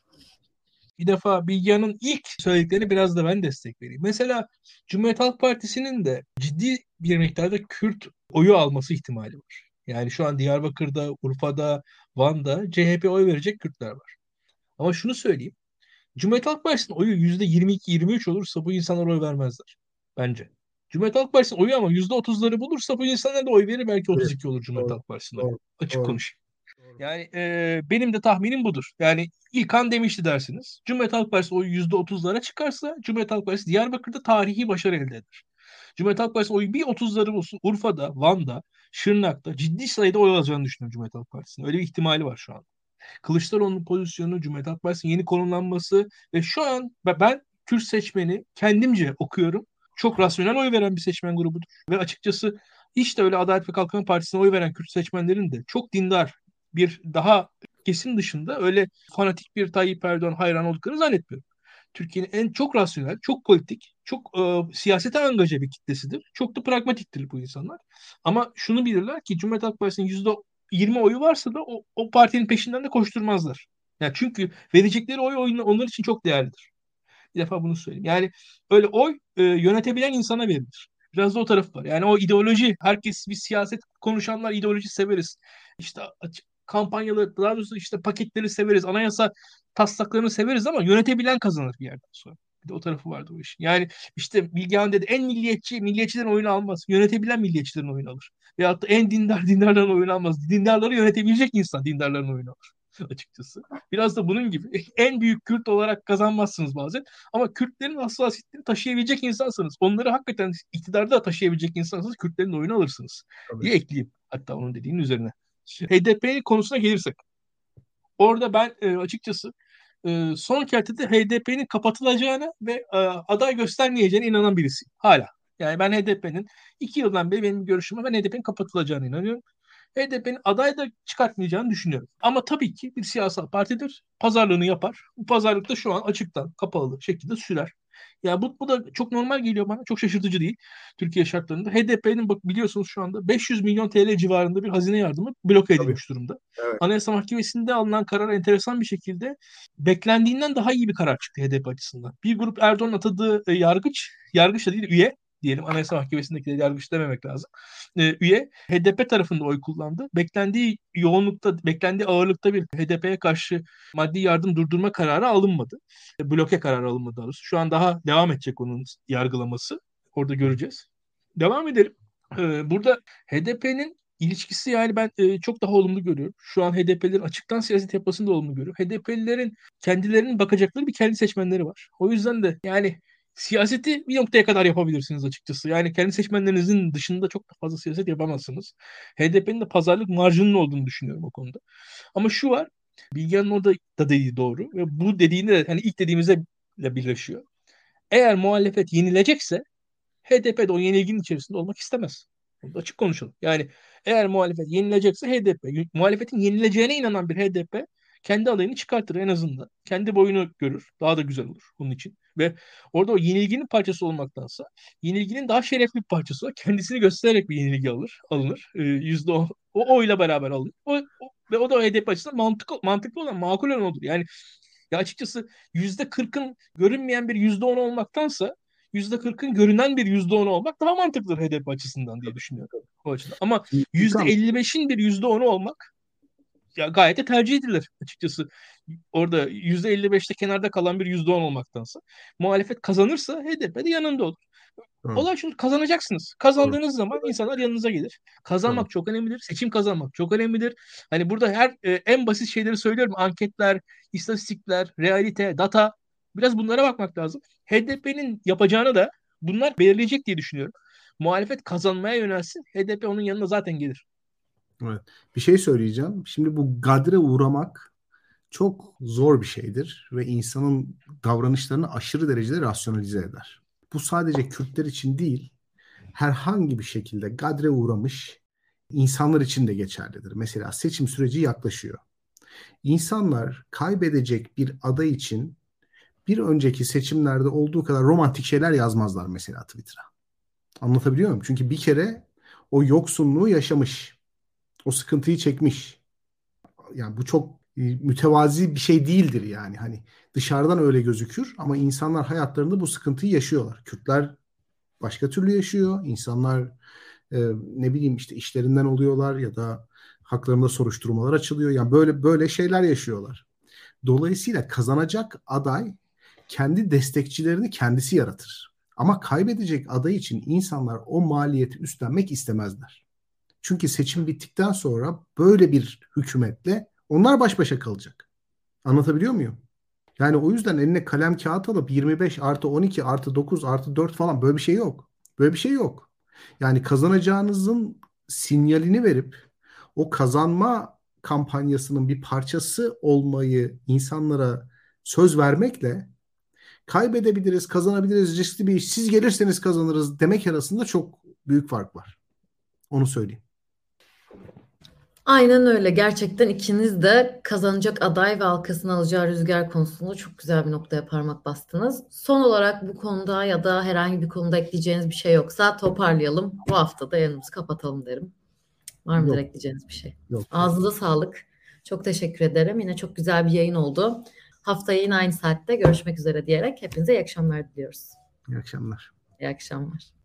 Bir defa Bilgehan'ın ilk söylediklerini biraz da ben destek vereyim. Mesela Cumhuriyet Halk Partisi'nin de ciddi bir miktarda Kürt oyu alması ihtimali var. Yani şu an Diyarbakır'da, Urfa'da, Van'da C H P oy verecek Kürtler var. Ama şunu söyleyeyim. Cumhuriyet Halk Partisi'nin oyu yüzde yirmi iki yirmi üç olursa bu insanlar oy vermezler. Bence. Cumhuriyet Halk Partisi'nin oyu ama yüzde otuzları bulursa bu insanlar da oy verir. Belki Evet, otuz iki olur Cumhuriyet doğru, Halk Partisi'nin oyu. doğru, Açık doğru. konuşayım. Yani e, benim de tahminim budur. Yani İlkan demişti dersiniz. Cumhuriyet Halk Partisi oyu yüzde otuzlara çıkarsa Cumhuriyet Halk Partisi Diyarbakır'da tarihi başarı elde eder. Cumhuriyet Halk Partisi oyu bir otuzları bulsun. Urfa'da, Van'da, Şırnak'ta ciddi sayıda oy alacağını düşünüyorum Cumhuriyet Halk Partisi'nin. Öyle bir ihtimali var şu an. Kılıçdaroğlu'nun pozisyonu, Cumhuriyet Halk Partisi'nin yeni konumlanması ve şu an ben Kürt seçmeni kendimce okuyorum. Çok rasyonel oy veren bir seçmen grubudur. Ve açıkçası hiç de öyle Adalet ve Kalkınma Partisi'ne oy veren Kürt seçmenlerin de çok dindar bir daha kesim dışında öyle fanatik bir Tayyip Erdoğan hayran olduklarını zannetmiyorum. Türkiye'nin en çok rasyonel, çok politik, çok e, siyasete angaje bir kitlesidir. Çok da pragmatiktir bu insanlar. Ama şunu bilirler ki Cumhuriyet Halk Partisi'nin yüzde yirmi oyu varsa da o, o partinin peşinden de koşturmazlar. Yani çünkü verecekleri oy oyun- onlar için çok değerlidir. Bir defa bunu söyleyeyim. Yani öyle oy e, yönetebilen insana verilir. Biraz da o taraf var. Yani o ideoloji, herkes bir siyaset konuşanlar ideoloji severiz. İşte açık kampanyaları, daha doğrusu işte paketleri severiz. Anayasa taslaklarını severiz ama yönetebilen kazanır bir yerden sonra. Bir de o tarafı vardı o işin. Yani işte Bilgehan dedi en milliyetçi, milliyetçilerin oyunu almaz. Yönetebilen milliyetçilerin oyunu alır. Veyahut da en dindar dindarların oyunu almaz. Dindarları yönetebilecek insan dindarların oyunu alır açıkçası. Biraz da bunun gibi. En büyük Kürt olarak kazanmazsınız bazen. Ama Kürtlerin hassasiyetlerini taşıyabilecek insansınız. Onları hakikaten iktidarda taşıyabilecek insansınız. Kürtlerin oyunu alırsınız Tabii. diye ekleyeyim. Hatta onun dediğinin üzerine. H D P konusuna gelirsek. Orada ben e, açıkçası e, son kertede H D P'nin kapatılacağına ve e, aday göstermeyeceğine inanan birisiyim. Hala. Yani ben H D P'nin iki yıldan beri benim görüşüme ben H D P'nin kapatılacağına inanıyorum. H D P'nin aday da çıkartmayacağını düşünüyorum. Ama tabii ki bir siyasal partidir. Pazarlığını yapar. Bu pazarlık da şu an açıktan kapalı şekilde sürer. Ya bu, bu da çok normal geliyor bana. Çok şaşırtıcı değil Türkiye şartlarında. H D P'nin bak biliyorsunuz şu anda beş yüz milyon T L civarında bir hazine yardımı bloke Tabii. edilmiş durumda. Evet. Anayasa Mahkemesi'nde alınan karar enteresan bir şekilde beklendiğinden daha iyi bir karar çıktı H D P açısından. Bir grup Erdoğan'ın atadığı e, yargıç, yargıç da değil üye diyelim, Anayasa Mahkemesi'ndekileri yargıç dememek lazım. E, üye H D P tarafında oy kullandı. Beklendiği yoğunlukta, beklendiği ağırlıkta bir H D P'ye karşı maddi yardım durdurma kararı alınmadı. E, bloke kararı alınmadı daha doğrusu. Şu an daha devam edecek onun yargılaması. Orada göreceğiz. Devam edelim. E, burada H D P'nin ilişkisi yani ben e, çok daha olumlu görüyorum. Şu an H D P'lilerin açıktan siyaset yapmasını da olumlu görüyorum. H D P'lilerin kendilerinin bakacakları bir kendi seçmenleri var. O yüzden de yani siyaseti bir noktaya kadar yapabilirsiniz açıkçası. Yani kendi seçmenlerinizin dışında çok da fazla siyaset yapamazsınız. H D P'nin de pazarlık marjının olduğunu düşünüyorum o konuda. Ama şu var, Bilgehan'ın orada da dediği doğru ve bu dediğinde de hani ilk dediğimizle birleşiyor. Eğer muhalefet yenilecekse H D P de o yenilginin içerisinde olmak istemez. Bunu da açık konuşalım. Yani eğer muhalefet yenilecekse H D P, muhalefetin yenileceğine inanan bir H D P kendi adayını çıkartır en azından. Kendi boyunu görür. Daha da güzel olur bunun için. Ve orada o yenilginin parçası olmaktansa yenilginin daha şerefli bir parçası var. Kendisini göstererek bir yenilgi alır, alınır. Ee, yüzde o, o oyla beraber alınır. O, o, ve o da H D P açısından mantıklı, mantıklı olan, makul olan odur. Yani ya açıkçası yüzde kırkın görünmeyen bir yüzde on olmaktansa yüzde kırkın görünen bir yüzde on olmak daha mantıklıdır H D P açısından diye düşünüyorum. O açıdan. Ama yüzde elli beşin bir yüzde onu olmak ya gayet de tercih edilir açıkçası. Orada yüzde elli beşte kenarda kalan bir yüzde on olmaktansa. Muhalefet kazanırsa H D P de yanında olur. Hı. Olay şunu, kazanacaksınız. Kazandığınız zaman insanlar yanınıza gelir. Kazanmak çok önemlidir. Seçim kazanmak çok önemlidir. Hani burada her e, en basit şeyleri söylüyorum. Anketler, istatistikler, realite, data. Biraz bunlara bakmak lazım. H D P'nin yapacağını da bunlar belirleyecek diye düşünüyorum. Muhalefet kazanmaya yönelsin. H D P onun yanına zaten gelir. Evet. Bir şey söyleyeceğim. Şimdi bu gadre uğramak çok zor bir şeydir ve insanın davranışlarını aşırı derecede rasyonalize eder. Bu sadece Kürtler için değil, herhangi bir şekilde gadre uğramış insanlar için de geçerlidir. Mesela seçim süreci yaklaşıyor. İnsanlar kaybedecek bir aday için bir önceki seçimlerde olduğu kadar romantik şeyler yazmazlar mesela Twitter'a. Anlatabiliyor muyum? Çünkü bir kere o yoksunluğu yaşamış. O sıkıntıyı çekmiş. Yani bu çok mütevazi bir şey değildir yani. Hani dışarıdan öyle gözükür ama insanlar hayatlarında bu sıkıntıyı yaşıyorlar. Kürtler başka türlü yaşıyor. İnsanlar e, ne bileyim işte işlerinden oluyorlar ya da haklarında soruşturmalar açılıyor. Yani böyle böyle şeyler yaşıyorlar. Dolayısıyla kazanacak aday kendi destekçilerini kendisi yaratır. Ama kaybedecek aday için insanlar o maliyeti üstlenmek istemezler. Çünkü seçim bittikten sonra böyle bir hükümetle onlar baş başa kalacak. Anlatabiliyor muyum? Yani o yüzden eline kalem kağıt alıp yirmi beş artı on iki artı dokuz artı dört falan böyle bir şey yok. Böyle bir şey yok. Yani kazanacağınızın sinyalini verip o kazanma kampanyasının bir parçası olmayı insanlara söz vermekle kaybedebiliriz, kazanabiliriz, riskli bir iş, siz gelirseniz kazanırız demek arasında çok büyük fark var. Onu söyleyeyim. Aynen öyle. Gerçekten ikiniz de kazanacak aday ve arkasına alacağı rüzgar konusunda çok güzel bir noktaya parmak bastınız. Son olarak bu konuda ya da herhangi bir konuda ekleyeceğiniz bir şey yoksa toparlayalım. Bu hafta da yayınımızı kapatalım derim. Var mıdır Yok. ekleyeceğiniz bir şey? Yok. Ağzınıza sağlık. Çok teşekkür ederim. Yine çok güzel bir yayın oldu. Haftaya yine aynı saatte görüşmek üzere diyerek hepinize iyi akşamlar diliyoruz. İyi akşamlar. İyi akşamlar.